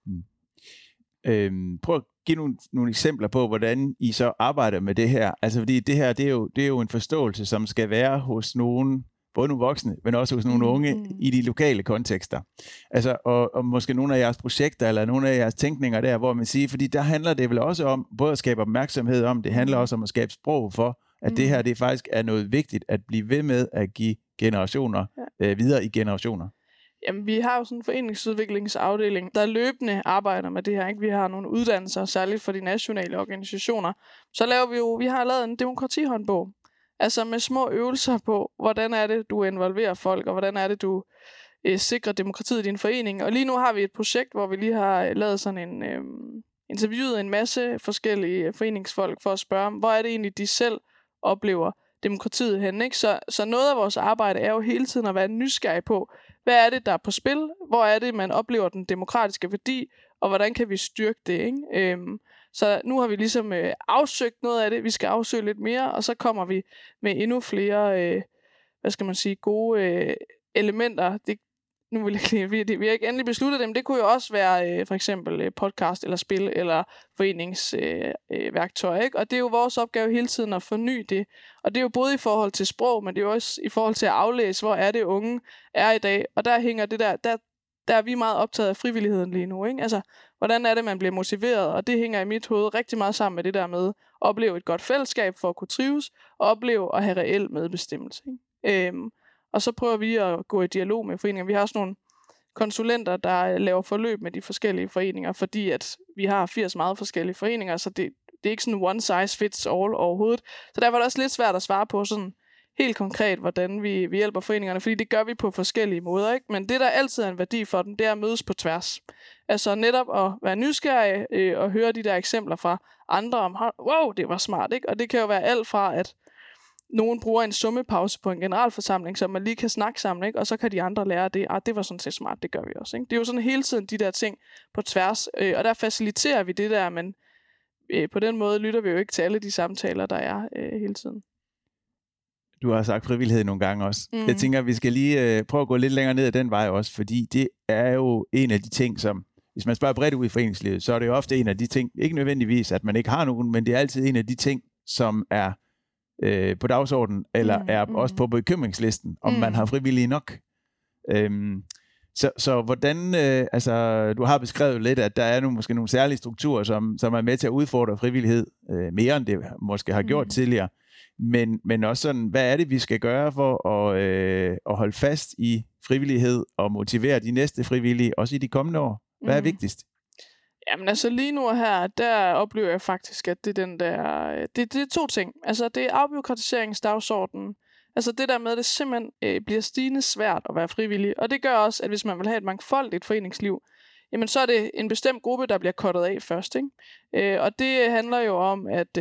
Prøv at give nogle eksempler på, hvordan I så arbejder med det her. Altså, fordi det her, det er jo en forståelse, som skal være hos nogen, både nogle voksne, men også hos nogle unge i de lokale kontekster. Altså, og måske nogle af jeres projekter, eller nogle af jeres tænkninger der, hvor man siger, fordi der handler det vel også om, både at skabe opmærksomhed om, det handler også om at skabe sprog for, at det her, det faktisk er noget vigtigt, at blive ved med at give generationer videre i generationer. Jamen, vi har jo sådan en foreningsudviklingsafdeling, der løbende arbejder med det her. Ikke? Vi har nogle uddannelser, særligt for de nationale organisationer. Så laver vi har lavet en demokratihåndbog. Altså med små øvelser på, hvordan er det, du involverer folk, og hvordan er det, du sikrer demokratiet i din forening. Og lige nu har vi et projekt, hvor vi lige har lavet sådan interviewet en masse forskellige foreningsfolk for at spørge, hvor er det egentlig, de selv oplever demokratiet hen. Ikke? Så noget af vores arbejde er jo hele tiden at være nysgerrig på, hvad er det, der er på spil? Hvor er det, man oplever den demokratiske værdi? Og hvordan kan vi styrke det? Ikke? Så nu har vi ligesom afsøgt noget af det. Vi skal afsøge lidt mere, og så kommer vi med endnu flere, gode elementer. Nu vil jeg vi har ikke endelig besluttet det, men det kunne jo også være for eksempel podcast eller spil eller foreningsværktøj. Ikke? Og det er jo vores opgave hele tiden at forny det. Og det er jo både i forhold til sprog, men det er jo også i forhold til at aflæse, hvor er det unge er i dag. Og der hænger det der der er vi meget optaget af frivilligheden lige nu, ikke? Altså, hvordan er det, man bliver motiveret? Og det hænger i mit hoved rigtig meget sammen med det der med at opleve et godt fællesskab for at kunne trives, og opleve at have reel medbestemmelse, ikke? Og så prøver vi at gå i dialog med foreninger. Vi har også nogle konsulenter, der laver forløb med de forskellige foreninger, fordi at vi har 80 meget forskellige foreninger, så det er ikke sådan one size fits all overhovedet. Så derfor er det også lidt svært at svare på sådan helt konkret, hvordan vi hjælper foreningerne, fordi det gør vi på forskellige måder, ikke? Men det, der altid er en værdi for dem, det er at mødes på tværs. Altså netop at være nysgerrig og høre de der eksempler fra andre om, wow, det var smart, ikke? Og det kan jo være alt fra, at nogen bruger en summepause på en generalforsamling, så man lige kan snakke sammen, ikke? Og så kan de andre lære det. Det var sådan set smart, det gør vi også, ikke? Det er jo sådan hele tiden de der ting på tværs, og der faciliterer vi det der, men på den måde lytter vi jo ikke til alle de samtaler, der er hele tiden. Du har sagt frivillighed nogle gange også. Jeg tænker, at vi skal lige prøve at gå lidt længere ned ad den vej også, fordi det er jo en af de ting, som, hvis man spørger bredt ud i foreningslivet, så er det jo ofte en af de ting, ikke nødvendigvis, at man ikke har nogen, men det er altid en af de ting, som er på dagsordenen, eller er også på bekymringslisten, om man har frivillige nok. Så hvordan, altså du har beskrevet lidt, at der er måske nogle særlige strukturer, som er med til at udfordre frivillighed, mere end det måske har gjort tidligere. Men også sådan, hvad er det, vi skal gøre for at holde fast i frivillighed og motivere de næste frivillige, også i de kommende år? Hvad er vigtigst? Jamen altså lige nu her, der oplever jeg faktisk, at det er den der... Det er to ting. Altså det er afbureaukratiseringsdagsordenen. Altså det der med, at det simpelthen bliver stigende svært at være frivillig. Og det gør også, at hvis man vil have et mangfoldigt foreningsliv, jamen så er det en bestemt gruppe, der bliver cuttet af først, ikke? Og det handler jo om, at...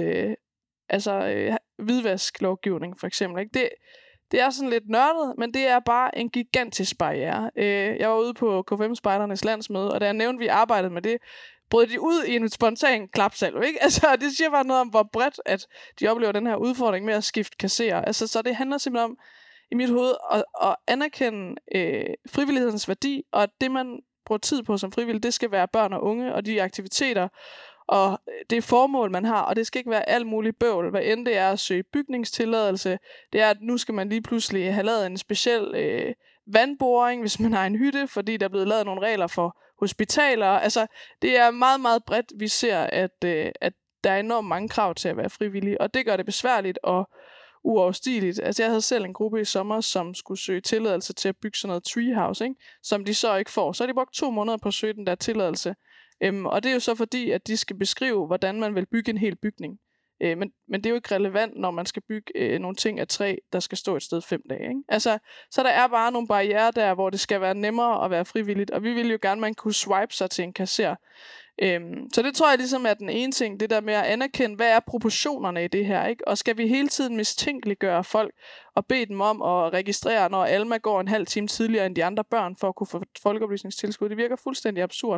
hvidvasklovgivning for eksempel, ikke? Det er sådan lidt nørdet, men det er bare en gigantisk barriere. Jeg var ude på K5-spejdernes landsmøde, og da jeg nævnte, at vi arbejdede med det, brød de ud i en spontan klapsalve, ikke? Altså, det siger bare noget om, hvor bredt, at de oplever den her udfordring med at skifte kasserer. Altså, så det handler simpelthen om, i mit hoved, at anerkende frivillighedens værdi, og at det, man bruger tid på som frivillig, det skal være børn og unge, og de aktiviteter, og det formål, man har, og det skal ikke være alt muligt bøvl, hvad end det er at søge bygningstilladelse, det er, at nu skal man lige pludselig have lavet en speciel vandboring, hvis man har en hytte, fordi der er blevet lavet nogle regler for hospitaler. Altså, det er meget, meget bredt, vi ser, at der er enormt mange krav til at være frivillig, og det gør det besværligt og uoverstigeligt. Altså, jeg havde selv en gruppe i sommer, som skulle søge tilladelse til at bygge sådan noget treehouse, ikke? Som de så ikke får. Så har de brugt 2 måneder på at søge den der tilladelse. Og det er jo så fordi, at de skal beskrive, hvordan man vil bygge en hel bygning. Men det er jo ikke relevant, når man skal bygge nogle ting af træ, der skal stå et sted 5 dage. Ikke? Altså, så der er bare nogle barrierer der, hvor det skal være nemmere at være frivilligt. Og vi vil jo gerne, man kunne swipe sig til en kasser. Så det tror jeg ligesom er den ene ting, det der med at anerkende, hvad er proportionerne i det her, ikke? Og skal vi hele tiden mistænkeliggøre folk og bede dem om at registrere, når Alma går en halv time tidligere end de andre børn for at kunne få folkeoplysningstilskud? Det virker fuldstændig absurd.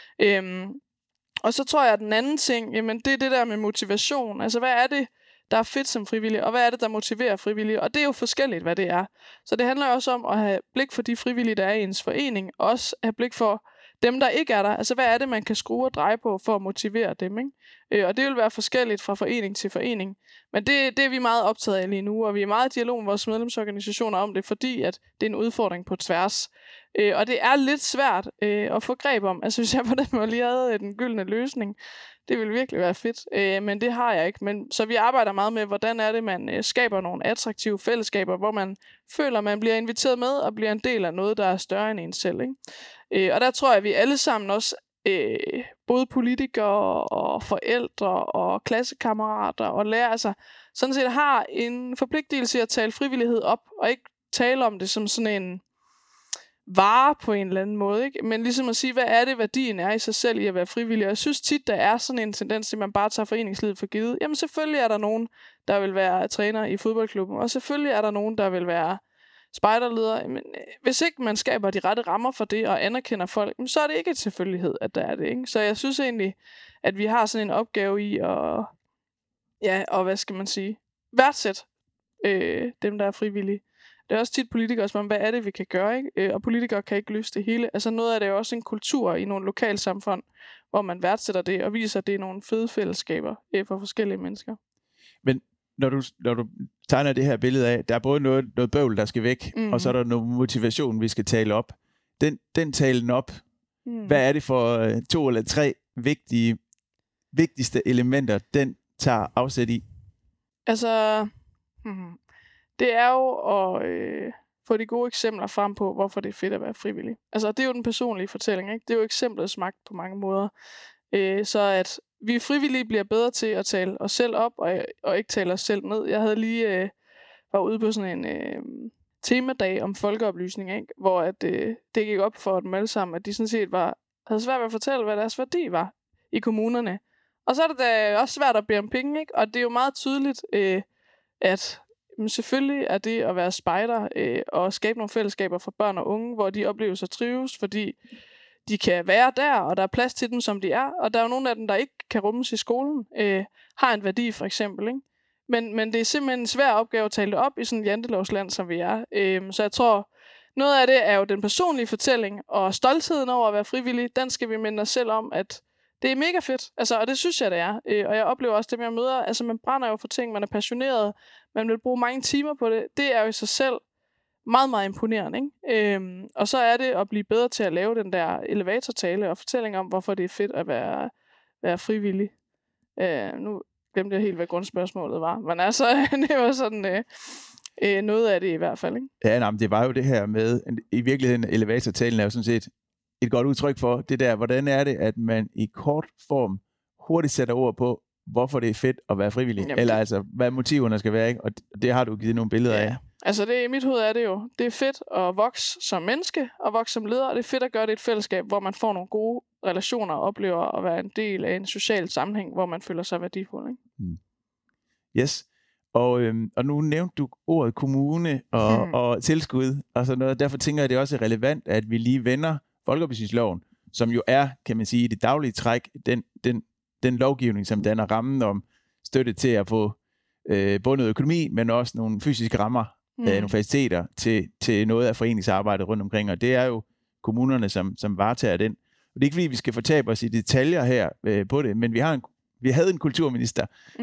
Og så tror jeg, at den anden ting, jamen det er det der med motivation. Altså hvad er det, der er fedt som frivillig, og hvad er det, der motiverer frivillige? Og det er jo forskelligt, hvad det er. Så det handler også om at have blik for de frivillige, der er i ens forening, og også have blik for dem, der ikke er der. Altså hvad er det, man kan skrue og dreje på for at motivere dem, ikke? Og det vil være forskelligt fra forening til forening. Men det er vi meget optaget af lige nu, og vi er meget i dialog med vores medlemsorganisationer om det, fordi at det er en udfordring på tværs. Og det er lidt svært at få greb om. Altså hvis jeg på den måde lige havde den gyldne løsning, det ville virkelig være fedt. Men det har jeg ikke. Så vi arbejder meget med, hvordan er det, man skaber nogle attraktive fællesskaber, hvor man føler, man bliver inviteret med og bliver en del af noget, der er større end en selv, ikke? Og der tror jeg, at vi alle sammen også, både politikere og forældre og klassekammerater og lærere, altså sådan set har en forpligtelse at tale frivillighed op, og ikke tale om det som sådan en vare på en eller anden måde, ikke? Men ligesom at sige, hvad er det, værdien er i sig selv i at være frivillig. Og jeg synes tit, der er sådan en tendens til, at man bare tager foreningslivet for givet. Jamen selvfølgelig er der nogen, der vil være træner i fodboldklubben, og selvfølgelig er der nogen, der vil være spejderleder. Men hvis ikke man skaber de rette rammer for det og anerkender folk, så er det ikke et selvfølgelighed, at der er det, ikke? Så jeg synes egentlig, at vi har sådan en opgave i og hvad skal man sige, værdsætte dem, der er frivillige. Det er også tit politikere, som hvad er det, vi kan gøre, ikke? Og politikere kan ikke løse det hele. Altså noget af det er også en kultur i nogle lokalsamfund, hvor man værdsætter det og viser, at det er nogle fede fællesskaber for forskellige mennesker. Men når du tegner det her billede af, der er både noget bøvl, der skal væk, og så er der noget motivation, vi skal tale op. den talen op. Hvad er det for 2 eller 3 vigtigste elementer, den tager afsæt i? Altså, det er jo at få de gode eksempler frem på, hvorfor det er fedt at være frivillig. Altså, det er jo den personlige fortælling, ikke? Det er jo eksemplets magt på mange måder. Så at vi frivillige bliver bedre til at tale os selv op, og ikke tale os selv ned. Jeg havde lige var ude på sådan en temadag om folkeoplysning, ikke? Hvor at, det gik op for dem alle sammen, at de sådan set havde svært ved at fortælle, hvad deres værdi var i kommunerne. Og så er det da også svært at bede om penge, ikke? Og det er jo meget tydeligt, at selvfølgelig er det at være spejder og skabe nogle fællesskaber for børn og unge, hvor de oplever sig trives, fordi de kan være der, og der er plads til dem, som de er. Og der er jo nogle af dem, der ikke kan rummes i skolen, har en værdi for eksempel, ikke? Men det er simpelthen en svær opgave at tale det op i sådan et jantelovsland, som vi er. Så jeg tror, noget af det er jo den personlige fortælling, og stoltheden over at være frivillig, den skal vi minde os selv om, at det er mega fedt. Altså, og det synes jeg, det er. Og jeg oplever også dem, jeg møder. Altså, man brænder jo for ting, man er passioneret, man vil bruge mange timer på det. Det er jo i sig selv meget, meget imponerende, ikke? Og så er det at blive bedre til at lave den der elevatortale og fortælling om, hvorfor det er fedt at være frivillig. Nu glemte jeg helt, hvad grundspørgsmålet var. Men altså, det var sådan noget af det i hvert fald, ikke? Ja, men det var jo det her med, i virkeligheden, elevatortalen er jo sådan set et godt udtryk for det der, hvordan er det, at man i kort form hurtigt sætter ord på, hvorfor det er fedt at være frivillig, jamen, eller altså, hvad motiverne skal være, ikke? Og det har du givet nogle billeder af. Altså, det i mit hoved er det jo, det er fedt at vokse som menneske, og vokse som leder, og det er fedt at gøre det i et fællesskab, hvor man får nogle gode relationer, og oplever at være en del af en social sammenhæng, hvor man føler sig værdifuld, ikke? Yes. Og nu nævnte du ordet kommune og tilskud og sådan noget. Derfor tænker jeg, det er også relevant, at vi lige vender folkeoplysningsloven, som jo er, kan man sige, i det daglige træk, den lovgivning, som danner rammen om støtte til at få både noget økonomi, men også nogle fysiske rammer, nogle faciliteter til noget af foreningsarbejdet rundt omkring. Og det er jo kommunerne, som varetager den. Og det er ikke fordi, vi skal fortabe os i detaljer her på det, men vi havde en kulturminister,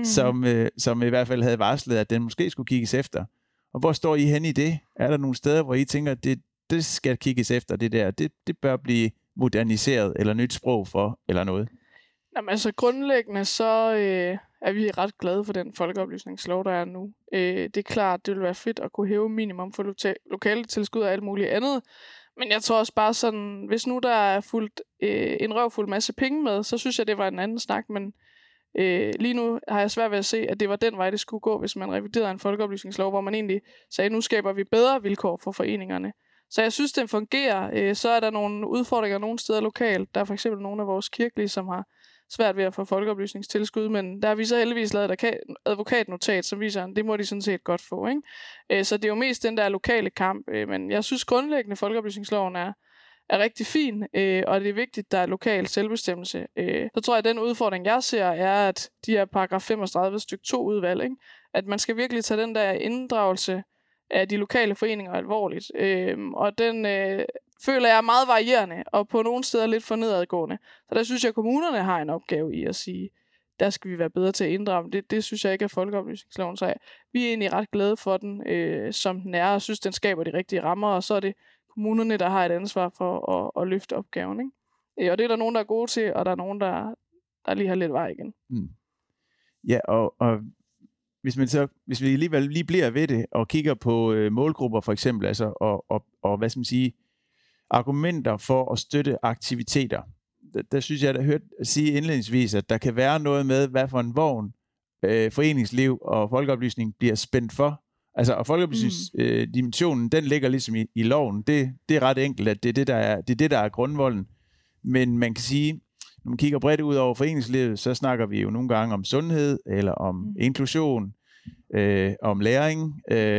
som i hvert fald havde varslet, at den måske skulle kigges efter. Og hvor står I hen i det? Er der nogle steder, hvor I tænker, at det skal kigges efter, det der? Det bør blive moderniseret, eller nyt sprog for, eller noget? Jamen altså grundlæggende, så er vi ret glade for den folkeoplysningslov, der er nu. Det er klart, det vil være fedt at kunne hæve minimum for lokale tilskud og alt muligt andet. Men jeg tror også bare sådan, hvis nu der er fuldt en røvfuld masse penge med, så synes jeg, det var en anden snak. Men lige nu har jeg svært ved at se, at det var den vej, det skulle gå, hvis man reviderede en folkeoplysningslov, hvor man egentlig sagde, nu skaber vi bedre vilkår for foreningerne. Så jeg synes, den fungerer. Så er der nogle udfordringer nogle steder lokalt. Der er for eksempel nogle af vores kirkelige, som har svært ved at få folkeoplysningstilskud, men der har vi så heldigvis lavet et advokatnotat, som viser, at det må de sådan set godt få, ikke? Så det er jo mest den der lokale kamp, men jeg synes grundlæggende, folkeoplysningsloven er rigtig fin, og det er vigtigt, at der er lokal selvbestemmelse. Så tror jeg, at den udfordring, jeg ser, er, at de her paragraf 35 stykke 2 udvalg, ikke? At man skal virkelig tage den der inddragelse af de lokale foreninger alvorligt, og den føler jeg er meget varierende, og på nogle steder lidt for nedadgående. Så der synes jeg, at kommunerne har en opgave i at sige, der skal vi være bedre til at inddrage. Det synes jeg ikke er folkeoplysningsloven, så vi er egentlig ret glade for den, som den er, og synes, den skaber de rigtige rammer, og så er det kommunerne, der har et ansvar for at løfte opgaven, ikke? Og det er der nogen, der er gode til, og der er nogen, der lige har lidt vej igen. Ja, og hvis vi alligevel lige bliver ved det, og kigger på målgrupper for eksempel, altså, og hvad skal man sige, argumenter for at støtte aktiviteter. Der synes jeg, at jeg hørte sige indledningsvis, at der kan være noget med, hvad for en vogn foreningsliv og folkeoplysning bliver spændt for. Altså, og folkeoplysningsdimensionen, den ligger ligesom i loven. Det er ret enkelt, at det er det, der er grundvolden. Men man kan sige, når man kigger bredt ud over foreningslivet, så snakker vi jo nogle gange om sundhed, eller om inklusion, om læring,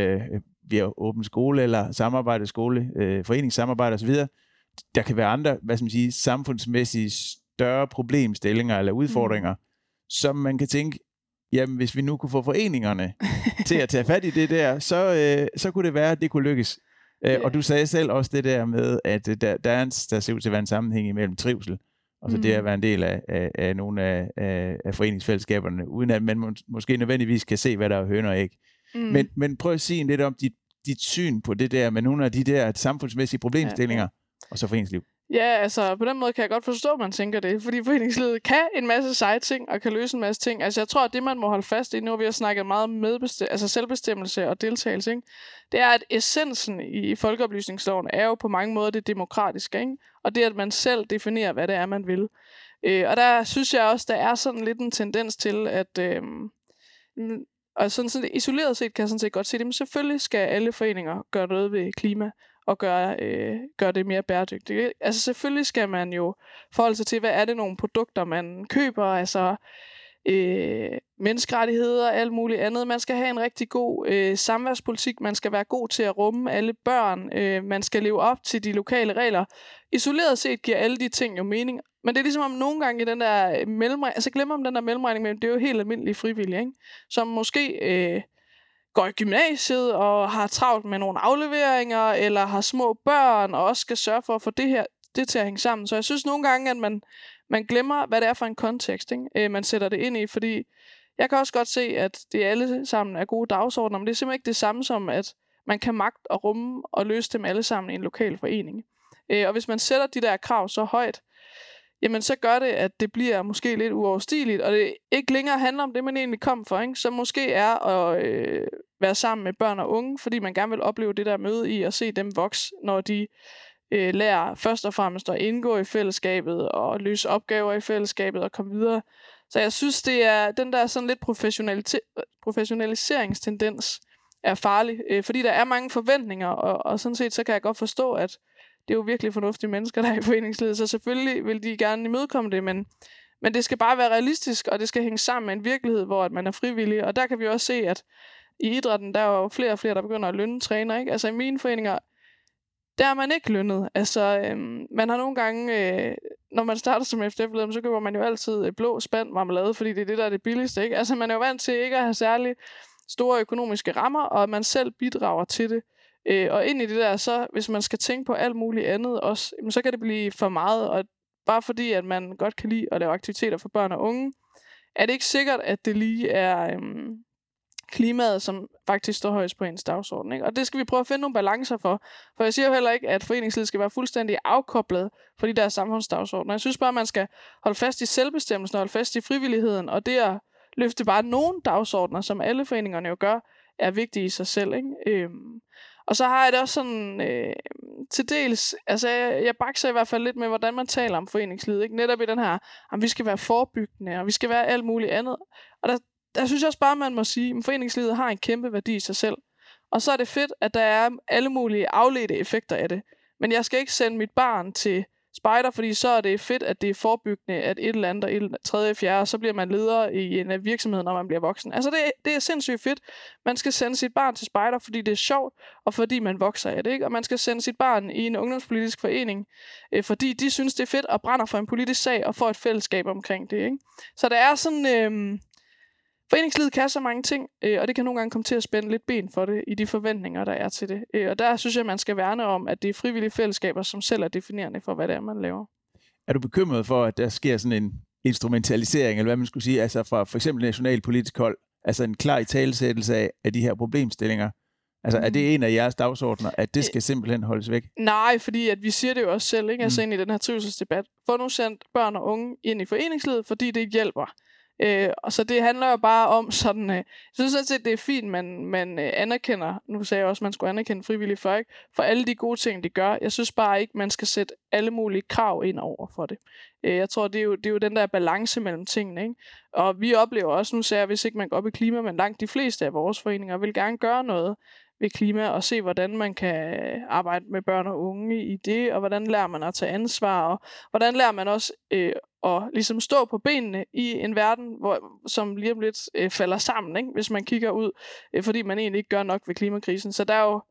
vi har åben skole, eller samarbejdsskole, foreningssamarbejde osv. Der kan være andre, hvad skal man sige, samfundsmæssige større problemstillinger eller udfordringer, som man kan tænke, jamen hvis vi nu kunne få foreningerne til at tage fat i det der, så kunne det være, at det kunne lykkes. Og du sagde selv også det der med, at der ser ud til at være en sammenhæng imellem trivsel, og så det at være en del af nogle af foreningsfællesskaberne, uden at man måske nødvendigvis kan se, hvad der er høner og æg. Men prøv at sige lidt om dit syn på det der, med nogle af de der samfundsmæssige problemstillinger. og så foreningsliv. Ja, altså på den måde kan jeg godt forstå, at man tænker det, fordi foreningslivet kan en masse seje ting, og kan løse en masse ting. Altså jeg tror, at det man må holde fast i, nu har vi snakket meget om selvbestemmelse og deltagelse, ikke? Det er, at essensen i folkeoplysningsloven er jo på mange måder det demokratiske, ikke? Og det, at man selv definerer, hvad det er, man vil. Og der synes jeg også, der er sådan lidt en tendens til, at og sådan isoleret set kan jeg sådan set godt sige det, men selvfølgelig skal alle foreninger gøre noget ved klima og gøre det mere bæredygtigt. Altså selvfølgelig skal man jo forholde sig til, hvad er det nogle produkter, man køber, altså menneskerettigheder og alt muligt andet. Man skal have en rigtig god samværspolitik, man skal være god til at rumme alle børn, man skal leve op til de lokale regler. Isoleret set giver alle de ting jo mening, men det er ligesom om nogle gange i den der mellemregning, altså glemmer om den der mellemregning, men det er jo helt almindelig frivillig, ikke? Som måske går i gymnasiet og har travlt med nogle afleveringer, eller har små børn, og også skal sørge for at få det til at hænge sammen. Så jeg synes nogle gange, at man glemmer, hvad det er for en kontekst, ikke? Man sætter det ind i, fordi jeg kan også godt se, at det alle sammen er gode dagsordner, men det er simpelthen ikke det samme som, at man kan magte og rumme og løse dem alle sammen i en lokal forening. Og hvis man sætter de der krav så højt, jamen så gør det, at det bliver måske lidt uoverstigeligt, og det ikke længere handler om det, man egentlig kom for, ikke? Som måske er at være sammen med børn og unge, fordi man gerne vil opleve det der møde i at se dem vokse, når de lærer først og fremmest at indgå i fællesskabet og løse opgaver i fællesskabet og komme videre. Så jeg synes, det er den der sådan lidt professionaliseringstendens er farlig, fordi der er mange forventninger, og sådan set så kan jeg godt forstå, at det er jo virkelig fornuftige mennesker, der er i foreningslivet, så selvfølgelig vil de gerne imødekomme det, men det skal bare være realistisk, og det skal hænge sammen med en virkelighed, hvor at man er frivillig. Og der kan vi også se, at i idrætten, der er jo flere og flere, der begynder at lønne træner, ikke? Altså i mine foreninger, der er man ikke lønnet. Altså man har nogle gange, når man starter som FDF-leder, så køber man jo altid blå spand marmelade, fordi det er det, der er det billigste, ikke? Altså man er jo vant til ikke at have særlig store økonomiske rammer, og at man selv bidrager til det. Og ind i det der, så hvis man skal tænke på alt muligt andet også, så kan det blive for meget, og bare fordi, at man godt kan lide at lave aktiviteter for børn og unge, er det ikke sikkert, at det lige er klimaet, som faktisk står højst på ens dagsorden, ikke? Og det skal vi prøve at finde nogle balancer for jeg siger jo heller ikke, at foreningslivet skal være fuldstændig afkoblet for de der samfundsdagsordner. Jeg synes bare, man skal holde fast i selvbestemmelsen og holde fast i frivilligheden, og det at løfte bare nogle dagsordner, som alle foreningerne jo gør, er vigtige i sig selv, ikke? Og så har jeg det også sådan til dels, altså jeg bakser i hvert fald lidt med, hvordan man taler om foreningslivet, ikke? Netop i den her, at vi skal være forebyggende, og vi skal være alt muligt andet. Og der synes jeg også bare, man må sige, at foreningslivet har en kæmpe værdi i sig selv. Og så er det fedt, at der er alle mulige afledte effekter af det. Men jeg skal ikke sende mit barn til spejder, fordi så er det fedt, at det er forebyggende, at et eller andet og et tredje, fjerde, og så bliver man leder i en virksomhed, når man bliver voksen. Altså det er sindssygt fedt. Man skal sende sit barn til spejder, fordi det er sjovt, og fordi man vokser af det, ikke? Og man skal sende sit barn i en ungdomspolitisk forening, fordi de synes, det er fedt og brænder for en politisk sag og får et fællesskab omkring det, ikke? Så der er sådan foreningslivet kan så mange ting, og det kan nogle gange komme til at spænde lidt ben for det i de forventninger, der er til det. Og der synes jeg, man skal værne om, at det er frivillige fællesskaber, som selv er definerende for, hvad det er, man laver. Er du bekymret for, at der sker sådan en instrumentalisering, eller hvad man skulle sige, altså fra for eksempel nationalpolitisk hold, altså en klar italesættelse af de her problemstillinger? Altså er det en af jeres dagsordner, at det skal simpelthen holdes væk? Nej, fordi at vi siger det jo også selv, ikke? Altså ind i den her trivselsdebat. Få nu sendt børn og unge ind i foreningslivet, fordi det hjælper. Og så det handler jo bare om sådan, jeg synes sådan set, det er fint, man anerkender, nu sagde jeg også, man skulle anerkende frivillige folk, for alle de gode ting, de gør. Jeg synes bare ikke, man skal sætte alle mulige krav ind over for det. Jeg tror, det er jo den der balance mellem tingene, ikke? Og vi oplever også, nu sagde jeg, hvis ikke man går op i klima, men langt de fleste af vores foreninger vil gerne gøre noget ved klima og se, hvordan man kan arbejde med børn og unge i det, og hvordan lærer man at tage ansvar, og hvordan lærer man også at ligesom stå på benene i en verden, som lige om lidt falder sammen, ikke? Hvis man kigger ud, fordi man egentlig ikke gør nok ved klimakrisen. Så der er jo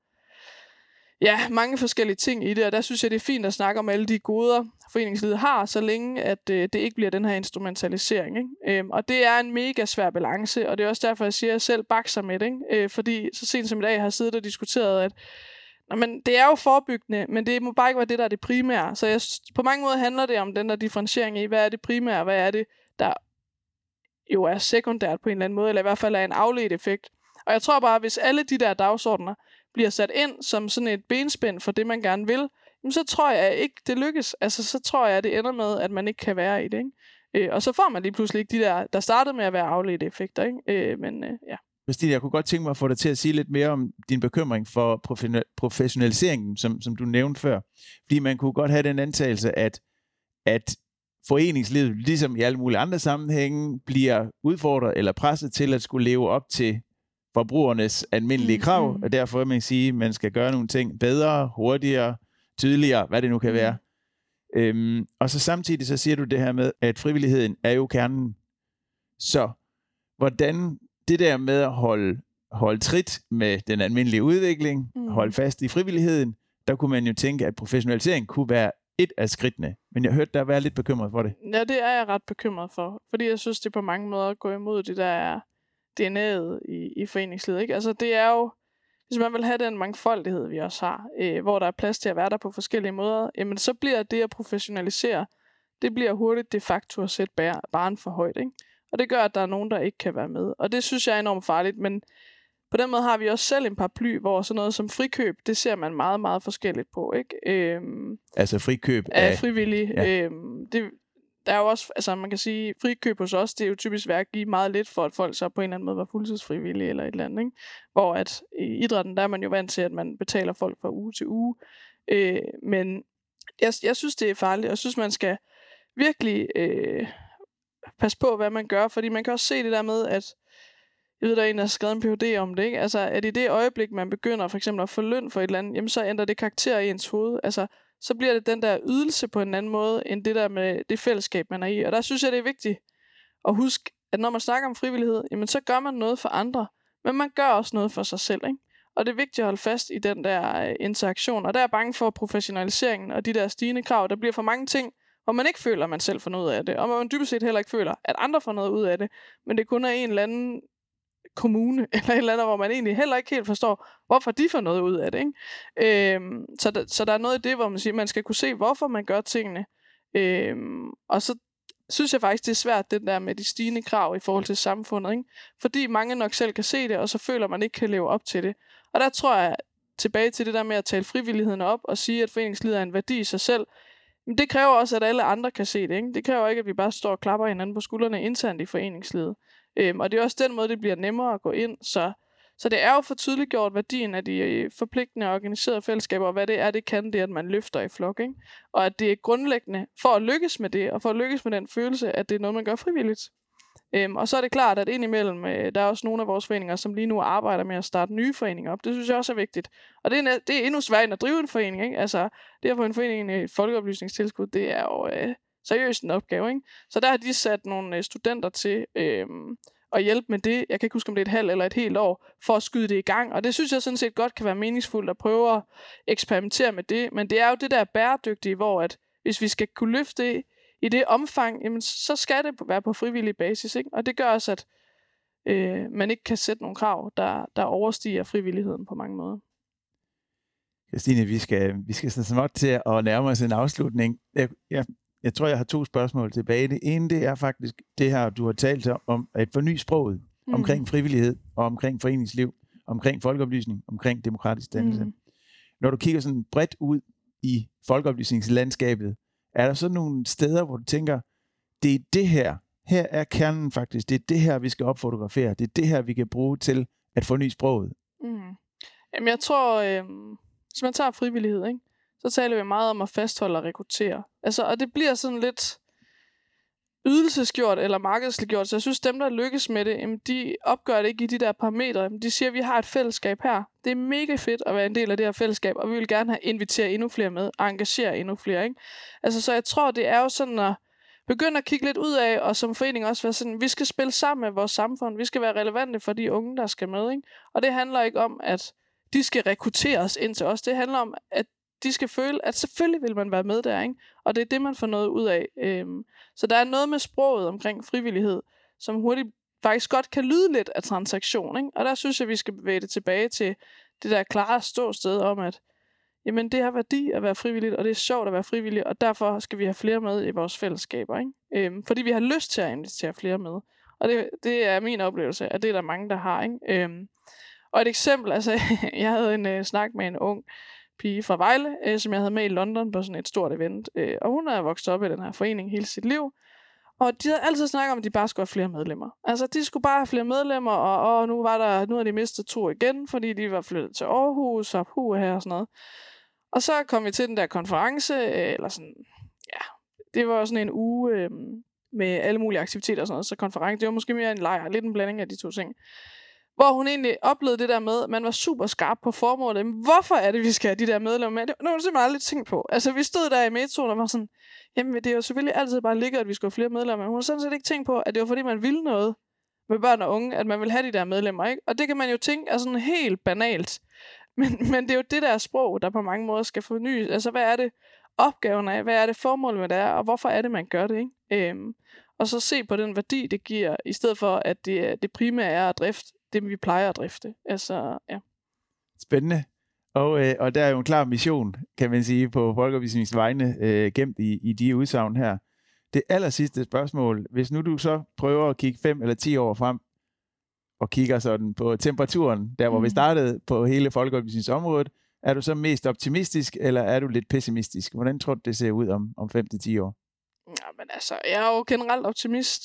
mange forskellige ting i det, og der synes jeg, det er fint at snakke om alle de goder, foreningslivet har, så længe at det ikke bliver den her instrumentalisering, ikke? Og det er en mega svær balance, og det er også derfor, jeg siger, at jeg selv bakser med det, ikke? Fordi så sent som i dag har jeg siddet og diskuteret, at det er jo forebyggende, men det må bare ikke være det, der er det primære. Så på mange måder handler det om den der differentiering i, hvad er det primære, hvad er det, der jo er sekundært på en eller anden måde, eller i hvert fald er en afledt effekt. Og jeg tror bare, hvis alle de der dagsordner bliver sat ind som sådan et benspænd for det, man gerne vil, så tror jeg ikke, det lykkes. Altså, så tror jeg, det ender med, at man ikke kan være i det, ikke? Og så får man lige pludselig ikke de der startede med at være afledte effekter, ikke? Ja. Christine, jeg kunne godt tænke mig at få dig til at sige lidt mere om din bekymring for professionaliseringen, som du nævnte før. Fordi man kunne godt have den antagelse, at foreningslivet, ligesom i alle mulige andre sammenhænge, bliver udfordret eller presset til at skulle leve op til forbrugernes almindelige krav, og derfor vil man sige, at man skal gøre nogle ting bedre, hurtigere, tydeligere, hvad det nu kan være. Og så samtidig så siger du det her med, at frivilligheden er jo kernen. Så hvordan det der med at holde trit med den almindelige udvikling, holde fast i frivilligheden, der kunne man jo tænke, at professionalisering kunne være et af skridtene. Men jeg hørte dig være lidt bekymret for det. Ja, det er jeg ret bekymret for, fordi jeg synes, det på mange måder går imod det der DNA'et i foreningslivet, ikke? Altså det er jo, hvis man vil have den mangfoldighed, vi også har, hvor der er plads til at være der på forskellige måder, jamen så bliver det at professionalisere, det bliver hurtigt de facto at sætte barren for højt, ikke? Og det gør, at der er nogen, der ikke kan være med. Og det synes jeg er enormt farligt, men på den måde har vi også selv en paraply, hvor sådan noget som frikøb, det ser man meget, meget forskelligt på, ikke? Altså frikøb af frivillige. Ja. Der er jo også, altså man kan sige, frikøb hos os, det er jo typisk værd at give meget lidt for, at folk så på en eller anden måde var fuldtidsfrivillige eller et eller andet, ikke? Hvor at i idrætten, der er man jo vant til, at man betaler folk fra uge til uge. Men jeg synes, det er farligt, og jeg synes, man skal virkelig passe på, hvad man gør, fordi man kan også se det der med, at jeg ved, der er en, der har skrevet en Ph.D. om det, ikke? Altså, at i det øjeblik, man begynder for eksempel at få løn for et eller andet, jamen så ændrer det karakter i ens hoved. Altså, så bliver det den der ydelse på en anden måde, end det der med det fællesskab, man er i. Og der synes jeg, det er vigtigt at huske, at når man snakker om frivillighed, jamen så gør man noget for andre, men man gør også noget for sig selv, ikke? Og det er vigtigt at holde fast i den der interaktion. Og der er bange for professionaliseringen og de der stigende krav. Der bliver for mange ting, hvor man ikke føler, at man selv får noget ud af det, og man dybest set heller ikke føler, at andre får noget ud af det, men det kun er en eller anden kommune, eller et eller andet, hvor man egentlig heller ikke helt forstår, hvorfor de får noget ud af det, ikke? Så der er noget i det, hvor man siger, man skal kunne se, hvorfor man gør tingene. Og så synes jeg faktisk, det er svært, det der med de stigende krav i forhold til samfundet, ikke? Fordi mange nok selv kan se det, og så føler man ikke kan leve op til det. Og der tror jeg, tilbage til det der med at tale frivilligheden op, og sige, at foreningslivet er en værdi i sig selv, men det kræver også, at alle andre kan se det, ikke? Det kræver ikke, at vi bare står og klapper hinanden på skuldrene internt i foreningslivet. Og det er også den måde, det bliver nemmere at gå ind. Så det er jo for tydeligt gjort værdien af de forpligtende og organiserede fællesskaber, og hvad det er, det kan det, at man løfter i flok, ikke? Og at det er grundlæggende for at lykkes med det, og for at lykkes med den følelse, at det er noget, man gør frivilligt. Og så er det klart, at indimellem, der er også nogle af vores foreninger, som lige nu arbejder med at starte nye foreninger op. Det synes jeg også er vigtigt. Og det er endnu sværere end at drive en forening, ikke? Altså, det at få en forening i et folkeoplysningstilskud, det er jo seriøst en opgave, ikke? Så der har de sat nogle studenter til at hjælpe med det. Jeg kan ikke huske, om det er et halvt eller et helt år, for at skyde det i gang. Og det synes jeg sådan set godt kan være meningsfuldt at prøve at eksperimentere med det. Men det er jo det der bæredygtige, hvor at hvis vi skal kunne løfte det i det omfang, jamen, så skal det være på frivillig basis, ikke? Og det gør også, at man ikke kan sætte nogle krav, der overstiger frivilligheden på mange måder. Christine, vi skal så småt til at nærme os en afslutning. Jeg tror, jeg har 2 spørgsmål tilbage. Det ene, det er faktisk det her, du har talt om at forny sproget omkring frivillighed og omkring foreningsliv, omkring folkeoplysning, omkring demokratisk dannelse. Når du kigger sådan bredt ud i folkeoplysningslandskabet, er der så nogle steder, hvor du tænker, det er det her er kernen faktisk, det er det her, vi skal opfotografere, det er det her, vi kan bruge til at forny sproget? Jamen jeg tror, hvis man tager frivillighed, ikke? Så taler vi meget om at fastholde og rekruttere. Altså, og det bliver sådan lidt ydelsesgjort eller markedsliggjort, så jeg synes, dem, der lykkes med det, jamen, de opgør det ikke i de der parametre. De siger, at vi har et fællesskab her. Det er mega fedt at være en del af det her fællesskab, og vi vil gerne invitere endnu flere med, og engagere endnu flere, ikke? Altså, så jeg tror, det er jo sådan at begynde at kigge lidt ud af, og som forening også være sådan, vi skal spille sammen med vores samfund, vi skal være relevante for de unge, der skal med, ikke? Og det handler ikke om, at de skal rekrutteres ind til os. Det handler om, at de skal føle, at selvfølgelig vil man være med der, ikke? Og det er det, man får noget ud af. Så der er noget med sproget omkring frivillighed, som hurtigt faktisk godt kan lyde lidt af transaktion, ikke? Og der synes jeg, vi skal bevæge det tilbage til det der klare ståsted om, at jamen, det har værdi at være frivilligt, og det er sjovt at være frivillig, og derfor skal vi have flere med i vores fællesskaber, ikke? Fordi vi har lyst til at invitere flere med. Og det er min oplevelse, at det er der mange, der har, ikke? Og et eksempel, altså, jeg havde en snak med en ung pige fra Vejle, som jeg havde med i London på sådan et stort event. Og hun er vokset op i den her forening hele sit liv. Og de havde altid snakket om, at de bare skulle have flere medlemmer. Altså, de skulle bare have flere medlemmer, og nu har de mistet 2 igen, fordi de var flyttet til Aarhus og her og sådan noget. Og så kom vi til den der konference, eller sådan, ja, det var sådan en uge med alle mulige aktiviteter og sådan noget. Så konference, det var måske mere en lejr, lidt en blanding af de 2 ting. Hvor hun egentlig oplevede det der med, at man var super skarp på formålet. Men hvorfor er det, vi skal have de der medlemmer med? Det var simpelthen aldrig tænkt på. Altså, vi stod der i metroen og var sådan, jamen, det er jo selvfølgelig altid bare ligget, at vi skulle have flere medlemmer. Men hun har sådan set ikke tænkt på, at det var fordi, man ville noget med børn og unge, at man ville have de der medlemmer, ikke? Og det kan man jo tænke er sådan helt banalt. Men det er jo det der sprog, der på mange måder skal fornyes. Altså, hvad er det opgaven af? Hvad er det formålet med det er? Og hvorfor er det, man gør det, ikke? Og så se på den værdi, det giver, i stedet for, at det primære er at drifte det, vi plejer at drifte. Altså, ja. Spændende. Og der er jo en klar mission, kan man sige, på Folkeoplysningens vegne, gemt i de udsagn her. Det aller sidste spørgsmål, hvis nu du så prøver at kigge 5 eller 10 år frem, og kigger sådan på temperaturen, der hvor vi startede på hele folkeoplysningsområdet, er du så mest optimistisk, eller er du lidt pessimistisk? Hvordan tror du, det ser ud om 5 til 10 år? Ja, men altså, jeg er jo generelt optimist,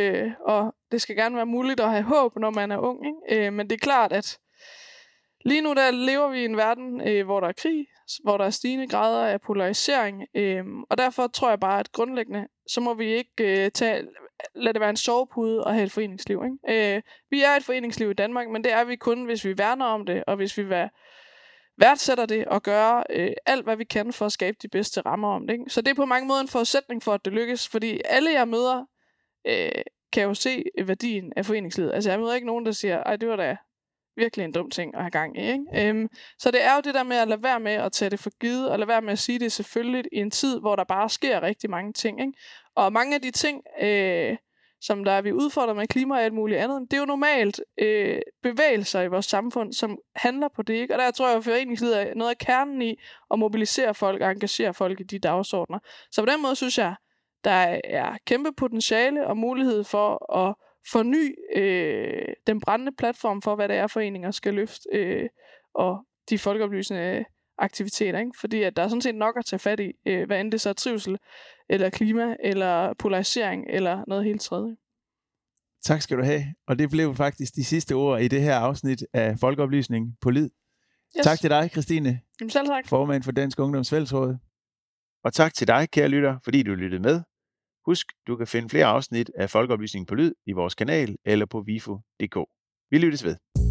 og det skal gerne være muligt at have håb, når man er ung, ikke? Men det er klart, at lige nu der lever vi i en verden, hvor der er krig, hvor der er stigende grader af polarisering, og derfor tror jeg bare, at grundlæggende, så må vi ikke lade det være en sovepude og have et foreningsliv, ikke? Vi er et foreningsliv i Danmark, men det er vi kun, hvis vi værner om det, og hvis vi værdsætter det og gør alt, hvad vi kan for at skabe de bedste rammer om det, ikke? Så det er på mange måder en forudsætning for, at det lykkes, fordi alle jeg møder kan jo se værdien af foreningslivet. Altså jeg møder ikke nogen, der siger, ej, det var da virkelig en dum ting at have gang i, ikke? Så det er jo det der med at lade være med at tage det for givet, og lade være med at sige det selvfølgelig i en tid, hvor der bare sker rigtig mange ting, ikke? Og mange af de ting, som der er vi udfordrer med klima og alt muligt andet, det er jo normalt bevægelser i vores samfund, som handler på det, ikke? Og der tror jeg, at foreningslivet er noget af kernen i at mobilisere folk og engagere folk i de dagsordner. Så på den måde synes jeg, der er kæmpe potentiale og mulighed for at forny den brændende platform for, hvad det er, foreninger skal løfte, og de folkeoplysende aktiviteter, ikke? Fordi at der er sådan set nok at tage fat i, hvad end det så er trivsel, eller klima, eller polarisering, eller noget helt tredje. Tak skal du have. Og det blev faktisk de sidste ord i det her afsnit af Folkeoplysning på Lyd. Yes. Tak til dig, Christine. Jamen selv tak. Formand for Dansk Ungdoms Fællesråd. Og tak til dig, kære lytter, fordi du lyttede med. Husk, du kan finde flere afsnit af Folkeoplysning på Lyd i vores kanal eller på vifo.dk. Vi lyttes ved.